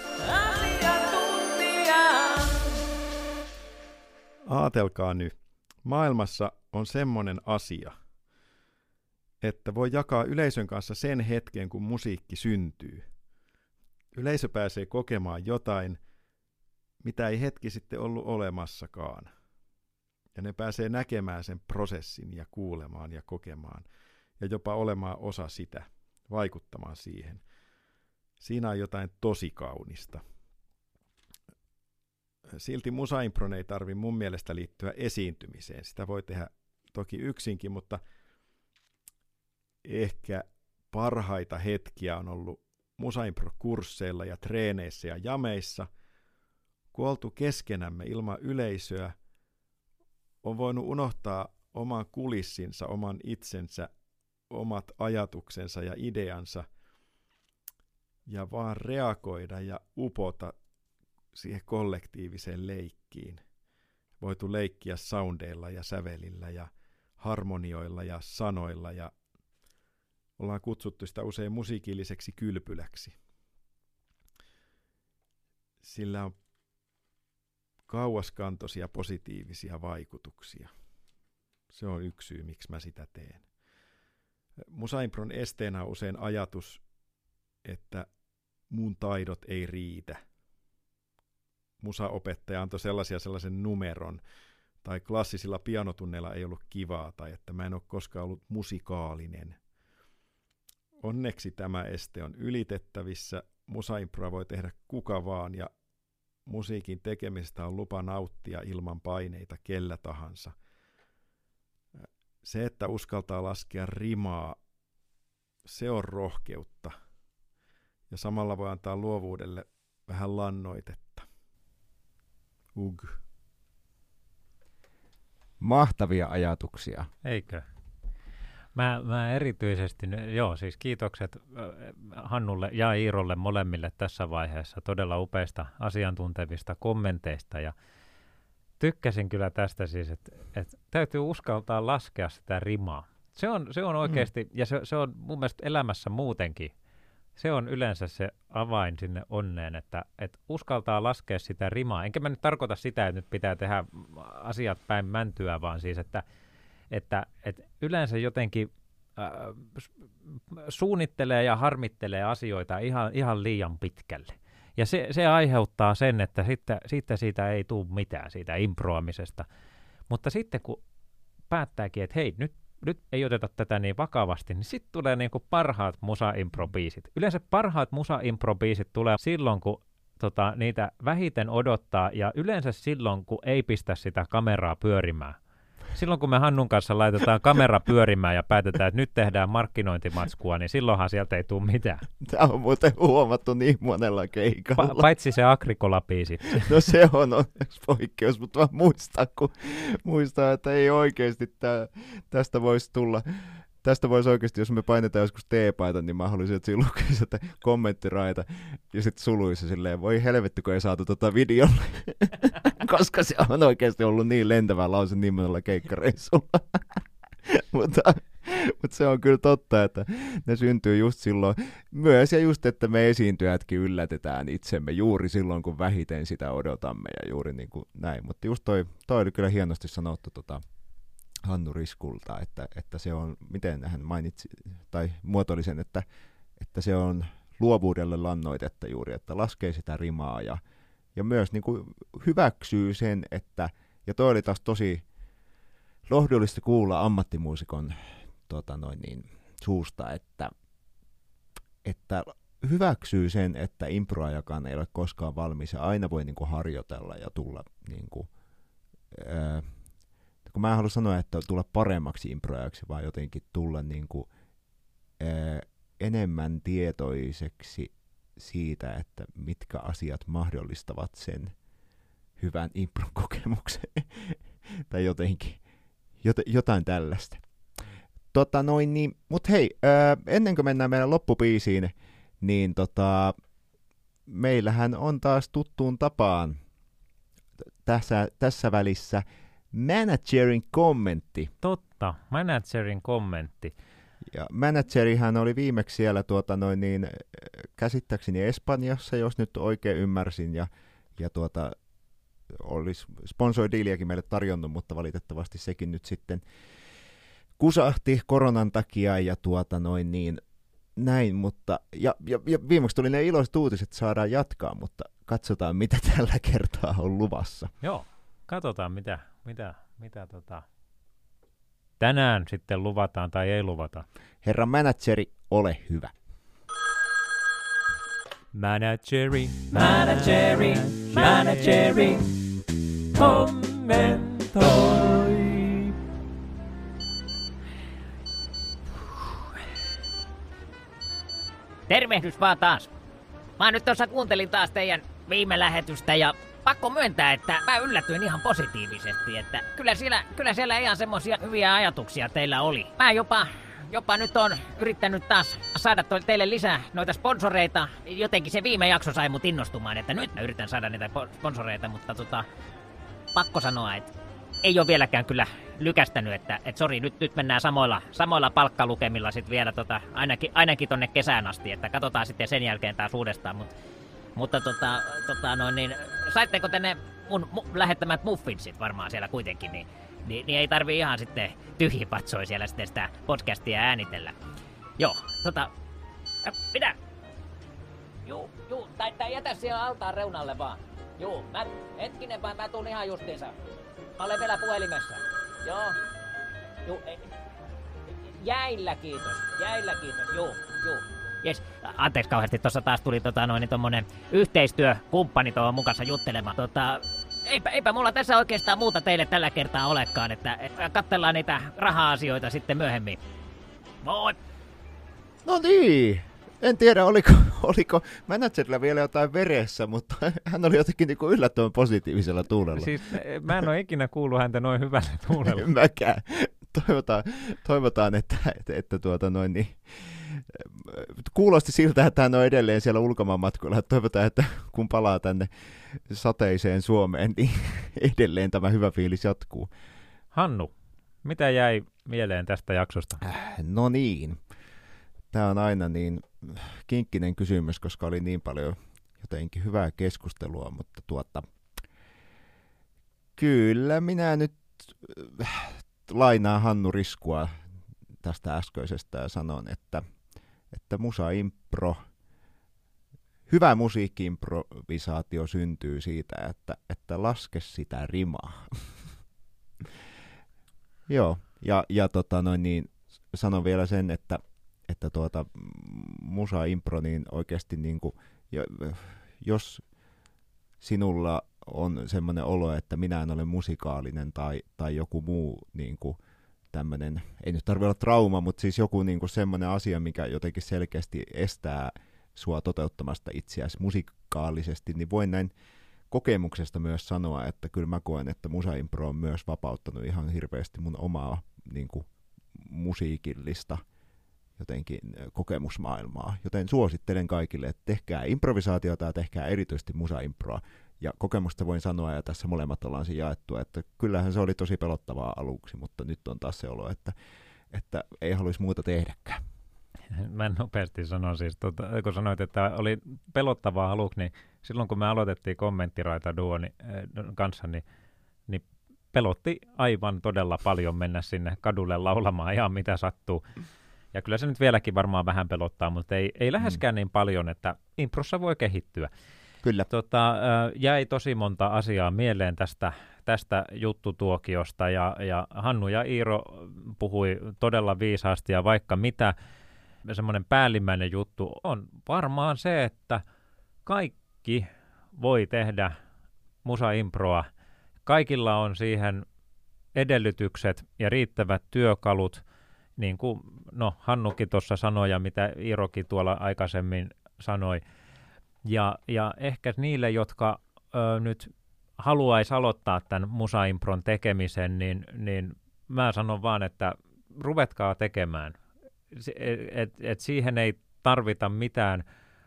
Aatelkaa nyt. Maailmassa on semmoinen asia, että voi jakaa yleisön kanssa sen hetken, kun musiikki syntyy. Yleisö pääsee kokemaan jotain, mitä ei hetki sitten ollut olemassakaan. Ja ne pääsee näkemään sen prosessin ja kuulemaan ja kokemaan ja jopa olemaan osa sitä, vaikuttamaan siihen. Siinä on jotain tosi kaunista. Silti musaimpron ei tarvitse mun mielestä liittyä esiintymiseen. Sitä voi tehdä toki yksinkin, mutta ehkä parhaita hetkiä on ollut musaimpro-kursseilla ja treeneissä ja jameissa, kun oltu keskenämme ilman yleisöä, on voinut unohtaa oman kulissinsa, oman itsensä, omat ajatuksensa ja ideansa ja vaan reagoida ja upota siihen kollektiiviseen leikkiin. Voitu leikkiä soundeilla ja sävelillä ja harmonioilla ja sanoilla ja ollaan kutsuttu sitä usein musiikilliseksi kylpyläksi. Sillä on kauaskantoisia positiivisia vaikutuksia. Se on yksi syy, miksi mä sitä teen. Musaimpron esteenä on usein ajatus, että mun taidot ei riitä. Musaopettaja antoi sellaisen numeron, tai klassisilla pianotunneilla ei ollut kivaa, tai että mä en ole koskaan ollut musikaalinen. Onneksi tämä este on ylitettävissä. Musaimproa voi tehdä kuka vaan, ja musiikin tekemisestä on lupa nauttia ilman paineita kellä tahansa. Se, että uskaltaa laskea rimaa, se on rohkeutta. Ja samalla voi antaa luovuudelle vähän lannoitetta. Mahtavia ajatuksia. Eikö? Mä erityisesti, siis kiitokset Hannulle ja Iirolle molemmille tässä vaiheessa todella upeista asiantuntevista kommenteista ja tykkäsin kyllä tästä siis, että täytyy uskaltaa laskea sitä rimaa. Se on oikeasti, ja se on mun mielestä elämässä muutenkin Se on yleensä se avain sinne onneen, että uskaltaa laskea sitä rimaa. Enkä mä nyt tarkoita sitä, että nyt pitää tehdä asiat päin mäntyä, vaan siis, että yleensä jotenkin suunnittelee ja harmittelee asioita ihan liian pitkälle. Ja se aiheuttaa sen, että sitten siitä ei tule mitään, siitä improamisesta. Mutta sitten kun päättääkin, että hei, nyt ei oteta tätä niin vakavasti, niin sitten tulee niinku parhaat musa-improbiisit. Yleensä parhaat musa-improbiisit tulee silloin, kun niitä vähiten odottaa, ja yleensä silloin, kun ei pistä sitä kameraa pyörimään. Silloin, kun me Hannun kanssa laitetaan kamera pyörimään ja päätetään, että nyt tehdään markkinointimatskua, niin silloinhan sieltä ei tule mitään. Tämä on muuten huomattu niin monella keikalla. Paitsi se Agricola-biisi. No se on onneksi poikkeus, mutta mä muistan, että ei oikeasti tästä voisi tulla. Tästä voisi oikeasti, jos me painetaan joskus teepaita, niin mä haluaisin, että siinä lukisi, että kommenttiraita ja sitten suluissa silleen, voi helvetti, kun ei saatu videolle. Koska se on oikeasti ollut niin lentävä lause niin monella keikkareissulla. mutta se on kyllä totta, että ne syntyy just silloin myös, ja just, että me esiintyjätkin yllätetään itsemme juuri silloin, kun vähiten sitä odotamme, ja juuri niin kuin näin. Mutta just toi oli kyllä hienosti sanottu Hannu Riskulta, että se on, miten hän mainitsi tai muotoili sen, että se on luovuudelle lannoitetta juuri, että laskee sitä rimaa ja myös niin kuin hyväksyy sen, että, ja toi oli taas tosi lohdullista kuulla ammattimuusikon suusta, että hyväksyy sen, että improajakaan ei ole koskaan valmis ja aina voi niin kuin harjoitella ja tulla niin kuin, kun mä en halua sanoa, että tulla paremmaksi improajaksi, vaan jotenkin tulla niin kuin, enemmän tietoiseksi siitä, että mitkä asiat mahdollistavat sen hyvän impro-kokemuksen tai jotain tällaista. Mutta hei, ennen kuin mennään meidän loppubiisiin, niin meillähän on taas tuttuun tapaan tässä välissä managerin kommentti. Totta, managerin kommentti. Ja managerihan oli viimeksi siellä käsittääkseni Espanjassa, jos nyt oikein ymmärsin, ja olisi sponsor-diiliäkin meille tarjonnut, mutta valitettavasti sekin nyt sitten kusahti koronan takia ja näin, mutta ja viimeksi tuli ne iloiset uutiset, että saadaan jatkaa, mutta katsotaan mitä tällä kertaa on luvassa. Joo, katsotaan mitä tänään sitten luvataan tai ei luvata. Herra manageri, ole hyvä. Manageri, kommentoi. Tervehdys vaan taas. Mä nyt tuossa kuuntelin taas teidän viime lähetystä ja pakko myöntää, että mä yllätyin ihan positiivisesti, että kyllä siellä ihan semmosia hyviä ajatuksia teillä oli. Mä jopa nyt on yrittänyt taas saada teille lisää noita sponsoreita. Jotenkin se viime jakso sai mut innostumaan, että nyt mä yritän saada niitä sponsoreita, mutta pakko sanoa, että ei ole vieläkään kyllä lykästänyt, että sori, nyt mennään samoilla palkkalukemilla sit vielä ainakin tonne kesään asti, että katsotaan sitten sen jälkeen taas uudestaan, mutta saitteko te ne mun lähettämät muffinsit varmaan siellä kuitenkin, niin ei tarvii ihan sitten tyhjipatsoi siellä sitten sitä podcastia äänitellä. Joo, pidä! Juu, tai jätä siellä altaan reunalle vaan. Juu, hetkinen vaan, mä tuun ihan justiinsa. Mä olen vielä puhelimessa. Juu, jäillä kiitos, juu. Jes, anteeksi kauheasti, tossa taas tuli tommonen yhteistyökumppani tuohon mun kanssa juttelemaan. Eipä mulla tässä oikeastaan muuta teille tällä kertaa olekaan, että katsellaan niitä raha-asioita sitten myöhemmin. Moi! No niin, en tiedä oliko managerilla vielä jotain veressä, mutta hän oli jotenkin niin kuin yllättävän positiivisella tuulella. Siis mä en ole ikinä kuullut häntä noin hyvällä tuulella. En mäkään. Toivotaan, että kuulosti siltä, että hän on edelleen siellä ulkomaanmatkoilla. Toivotaan, että kun palaa tänne sateiseen Suomeen, niin edelleen tämä hyvä fiilis jatkuu. Hannu, mitä jäi mieleen tästä jaksosta? No niin. Tämä on aina niin kinkkinen kysymys, koska oli niin paljon jotenkin hyvää keskustelua, mutta kyllä minä nyt lainaan Hannu Riskua tästä äskeisestä ja sanon, että musaimpro, hyvä musiikki-improvisaatio syntyy siitä, että laske sitä rimaa. Joo, ja niin, sanon vielä sen, että musaimpro, niin oikeasti niinku, jos sinulla on semmoinen olo, että minä en ole musikaalinen tai joku muu niinku, tämmöinen, ei nyt tarvitse olla trauma, mutta siis joku niinku semmoinen asia, mikä jotenkin selkeästi estää sua toteuttamasta itseäsi musikaalisesti, niin voin näin kokemuksesta myös sanoa, että kyllä mä koen, että musaimpro on myös vapauttanut ihan hirveästi mun omaa niinku, musiikillista jotenkin kokemusmaailmaa. Joten suosittelen kaikille, että tehkää improvisaatiota ja tehkää erityisesti musaimproa. Ja kokemusta voin sanoa, ja tässä molemmat ollaan siinä jaettu, että kyllähän se oli tosi pelottavaa aluksi, mutta nyt on taas se olo, että ei haluaisi muuta tehdäkään. Mä nopeasti sanon siis, kun sanoit, että oli pelottavaa aluksi, niin silloin kun me aloitettiin kommenttiraita duon kanssa, niin pelotti aivan todella paljon mennä sinne kadulle laulamaan ihan mitä sattuu. Ja kyllä se nyt vieläkin varmaan vähän pelottaa, mutta ei läheskään niin paljon, että improssa voi kehittyä. Kyllä. Jäi tosi monta asiaa mieleen tästä juttutuokiosta, ja Hannu ja Iiro puhui todella viisaasti, ja vaikka mitä, semmoinen päällimmäinen juttu on varmaan se, että kaikki voi tehdä musaimproa. Kaikilla on siihen edellytykset ja riittävät työkalut, niin kuin Hannukin tuossa sanoi ja mitä Iirokin tuolla aikaisemmin sanoi. Ja ehkä niille, jotka nyt haluaisi aloittaa tämän musaimpron tekemisen, niin mä sanon vaan, että ruvetkaa tekemään. Et siihen ei tarvita mitään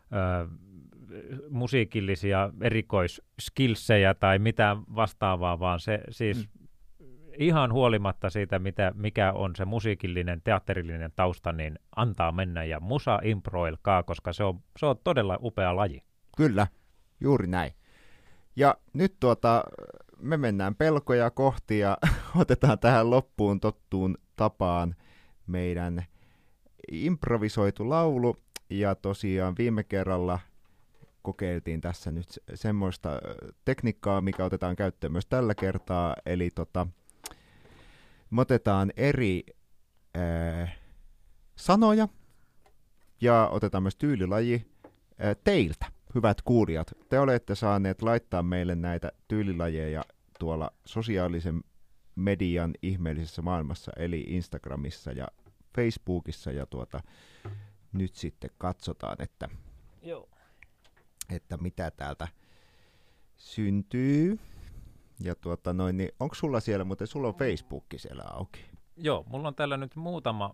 musiikillisia erikoisskillsejä tai mitään vastaavaa, vaan se siis ihan huolimatta siitä, mikä on se musiikillinen, teatterillinen tausta, niin antaa mennä ja musaimproilkaa, koska se on todella upea laji. Kyllä, juuri näin. Ja nyt me mennään pelkoja kohti ja otetaan tähän loppuun tottuun tapaan meidän improvisoitu laulu. Ja tosiaan viime kerralla kokeiltiin tässä nyt semmoista tekniikkaa, mikä otetaan käyttöön myös tällä kertaa. Eli me otetaan eri sanoja ja otetaan myös tyylilaji teiltä, hyvät kuulijat. Te olette saaneet laittaa meille näitä tyylilajeja tuolla sosiaalisen median ihmeellisessä maailmassa, eli Instagramissa ja Facebookissa, ja nyt sitten katsotaan, että mitä täältä syntyy. Ja niin onko sulla siellä, mutta sulla on Facebook siellä auki? Joo, mulla on täällä nyt muutama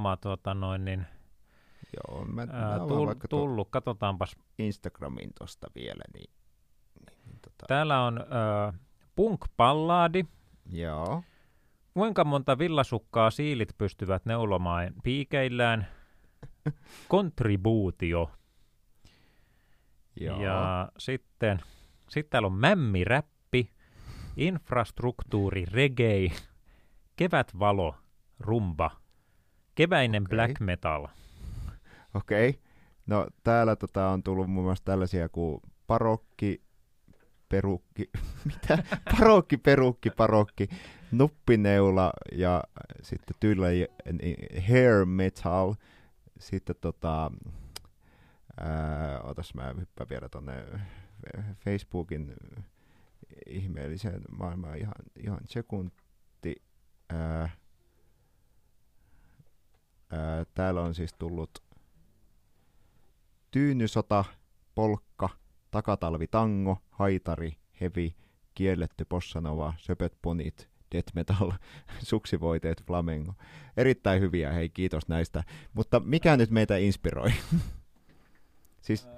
joo, mä tullut, katsotaanpas. Instagramin tosta vielä. Niin, Täällä on punk-pallaadi. Joo. Kuinka monta villasukkaa siilit pystyvät neulomaan piikeillään? Kontribuutio. Joo. Ja sitten täällä on mämmiräppi, infrastruktuuri, reggae, kevätvalo, rumba, keväinen black metal. Okei. No täällä on tullut muun muassa tällaisia kuin parokki, nuppineula ja sitten tyyli hair metal. Sitten otas mä hyppään vielä tonne Facebookin ihmeelliseen maailmaan ihan sekunti. Täällä on siis tullut tyynysota, polkka, takatalvi tango, haitari, heavy, kielletty bossanova, söpöt ponit, death metal, suksivoiteet, flamengo. Erittäin hyviä, hei kiitos näistä. Mutta mikä nyt meitä inspiroi? siis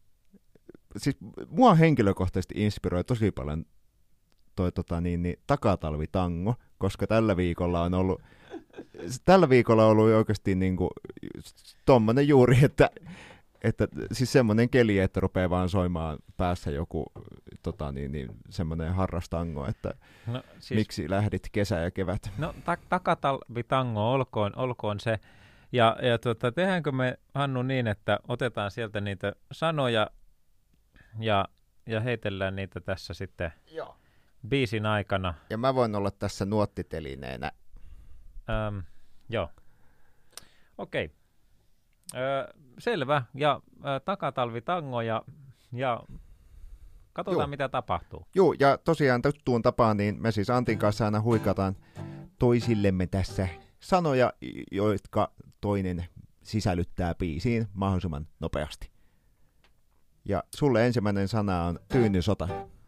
mua henkilökohtaisesti inspiroi tosi paljon toi takatalvi tango, koska tällä viikolla on ollut oikeasti niinku tommonen juuri, että siis semmoinen keli, että rupeaa vaan soimaan päässä joku semmoinen harrastango, että no, siis, miksi lähdit kesä ja kevät. No takatalvitango olkoon se. Ja tehdäänkö me, Hannu, niin, että otetaan sieltä niitä sanoja ja heitellään niitä tässä sitten biisin aikana. Ja mä voin olla tässä nuottitelineenä. Joo. Okei. Selvä. Ja takatalvitango ja katsotaan, mitä tapahtuu. Joo, ja tosiaan tuttuun tapaan, niin me siis Antin kanssa aina huikataan toisillemme tässä sanoja, jotka toinen sisällyttää biisiin mahdollisimman nopeasti. Ja sulle ensimmäinen sana on tyynysota.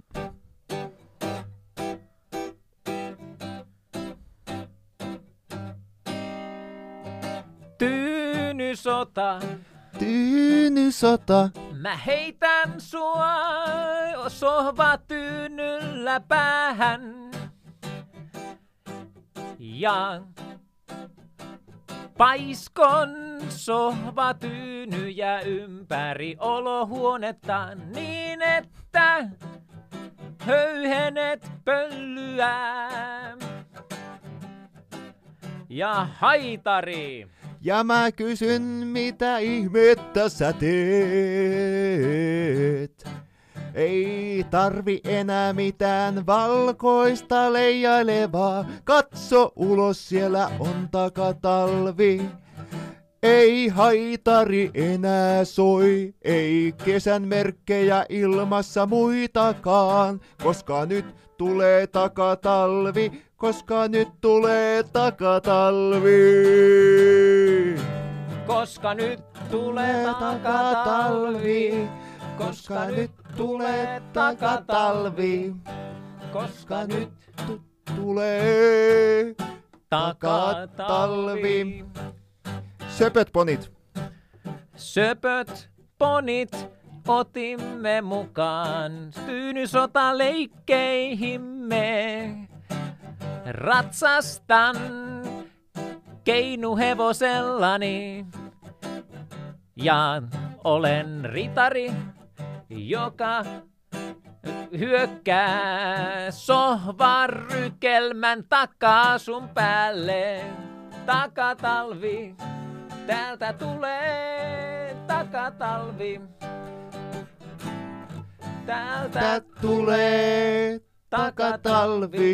Tyynysota. Tyynysota. Mä heitän sua sohvatyynyllä päähän. Ja paiskon sohvatyynyjä ympäri olohuonetta niin, että höyhenet pöllyää. Ja haitari. Ja mä kysyn, mitä ihmettä sä teet. Ei tarvi enää mitään valkoista leijailevaa. Katso ulos, siellä on takatalvi. Ei haitari enää soi, ei kesän merkkejä ilmassa muitakaan. Koska nyt tulee takatalvi, koska nyt tulee takatalvi. Koska nyt tulee takatalvi. Koska nyt tulee takatalvi. Koska nyt tulee takatalvi. Söpöt ponit. Söpöt ponit otimme mukaan tyynysotaleikkeihimme. Ratsastan keinuhevosellani ja olen ritari, joka hyökkää sohvarykelmän takaa sun päälle. Takatalvi, täältä tulee takatalvi. Täältä tulee takatalvi.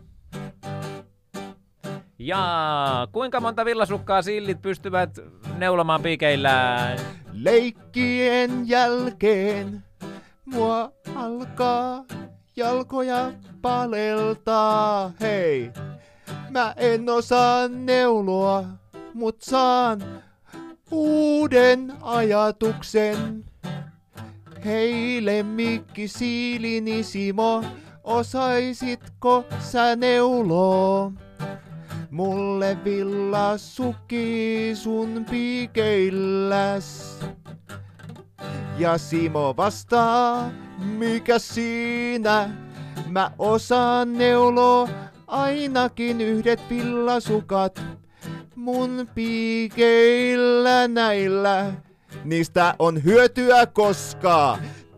Ja kuinka monta villasukkaa sillit pystyvät neulomaan piikeillään? Leikkien jälkeen mua alkaa jalkoja paleltaa. Hei, mä en osaa neuloa, mut saan uuden ajatuksen. Hei lemmikki siilini Simo, osaisitko sä neuloo? Mulle villasukki sun piikeilläs. Ja Simo vastaa, mikä siinä? Mä osaan neuloa ainakin yhdet villasukat. Mun piikeillä näillä, niistä on hyötyä koska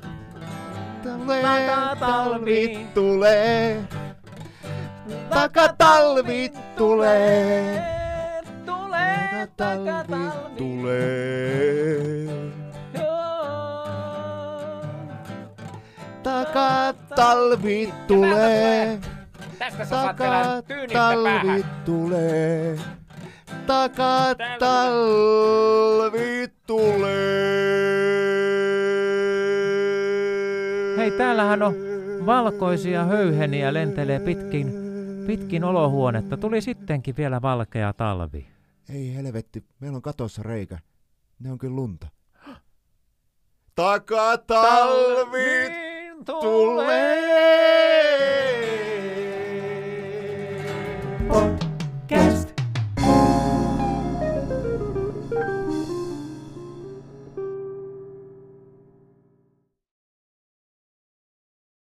takatalvi tulee. Takatalvi tulee. Takatalvi tulee. Takatalvi tulee. Tästä sä saat vielä kyynistä päähän. Takatalvi tulee. Takatalvi tulee. Hei, täällähän on valkoisia höyheniä lentelee pitkin olohuonetta. Tuli sittenkin vielä valkea talvi. Ei helvetti, meillä on katossa reikä. Ne on kyllä lunta. Takatalvi tulee.